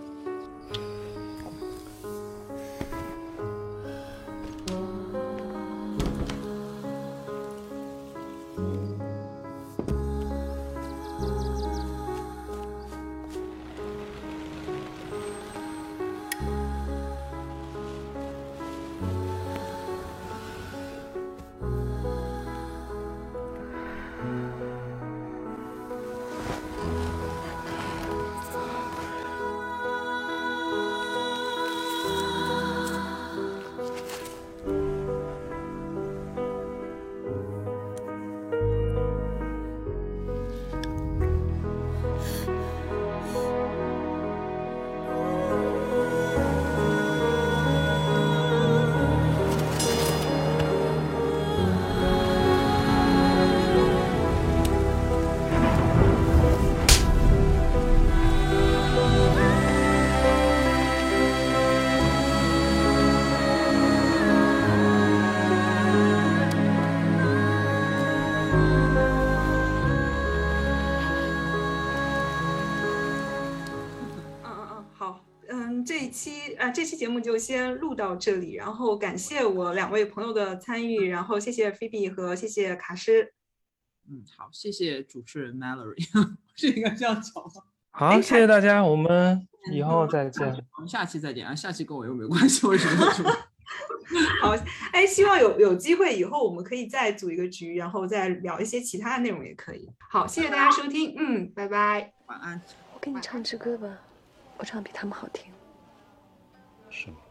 这期节目就先录到这里，然后感谢我2位朋友的参与，然后谢谢菲比和谢谢卡诗。 好，谢谢主持人 Mallory， 是应该这样讲吗？ 好，谢谢大家，我们以后再见。 我们下期再见啊！下期跟我又没关系，为什么？ 好，哎，希望有机会以后我们可以再组一个局，然后再聊一些其他的内容也可以。好，谢谢大家收听，拜拜， 晚安。 我给你唱支歌吧，我唱的比他们好听。 是吗？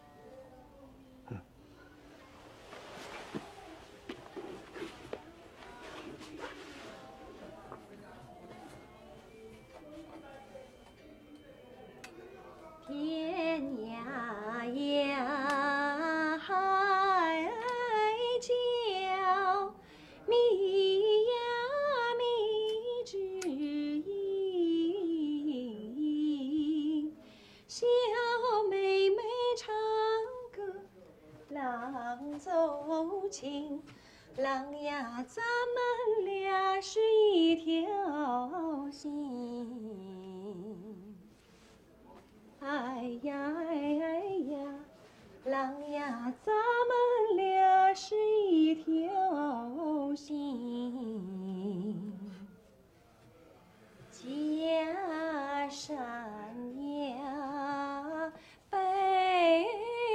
天涯呀海角，觅呀觅知音。小妹妹唱歌，郎奏琴，郎呀，咱们俩是一条心。哎呀哎呀，郎呀，咱们俩是一条心。家山呀北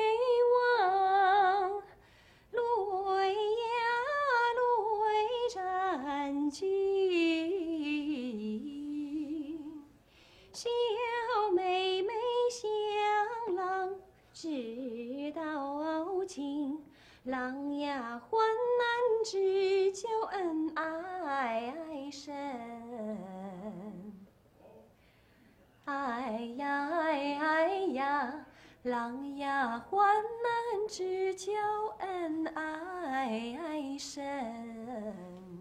望，泪呀泪沾襟。小妹妹向郎知道情，郎呀患难知交恩爱深。哎呀哎呀，郎呀患难知交恩爱深。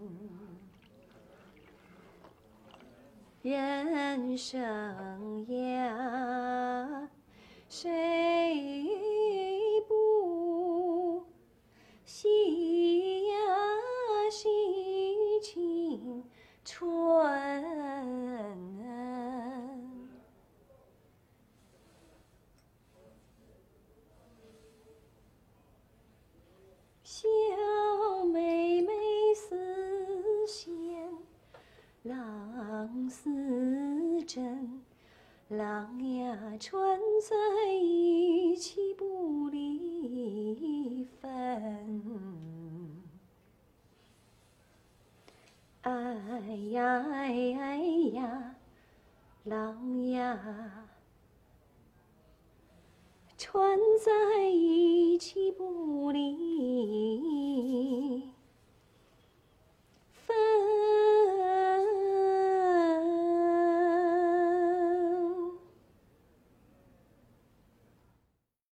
人生呀，谁不喜呀喜庆春？小妹妹似线，郎似针，郎呀串在一起不离分。哎呀哎呀，郎呀串串在一起不离分。